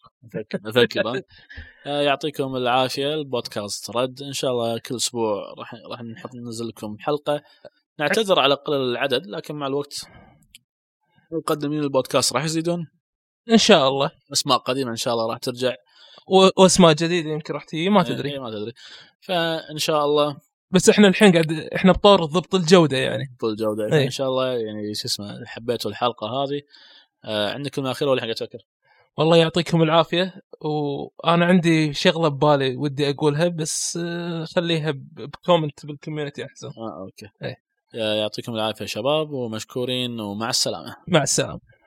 يعطيكم العافيه. البودكاست رد ان شاء الله كل اسبوع راح ننزل لكم حلقه. نعتذر على قلة العدد لكن مع الوقت مقدمين البودكاست راح يزيدون ان شاء الله. اسماء قديمه ان شاء الله راح ترجع واسماء جديده يمكن راح تيجي ما تدري. فان شاء الله. بس احنا الحين احنا بطور ضبط الجوده يعني ان شاء الله يعني شو اسمه. حبيتوا الحلقه هذه. عندك كلمه اخيره ولا حاجه تفكر؟ والله يعطيكم العافيه. وانا عندي شغله ببالي ودي اقولها بس خليها بكومنت بالكوميونتي احسن. اوكي. يعطيكم العافيه شباب ومشكورين ومع السلامه. مع السلامه.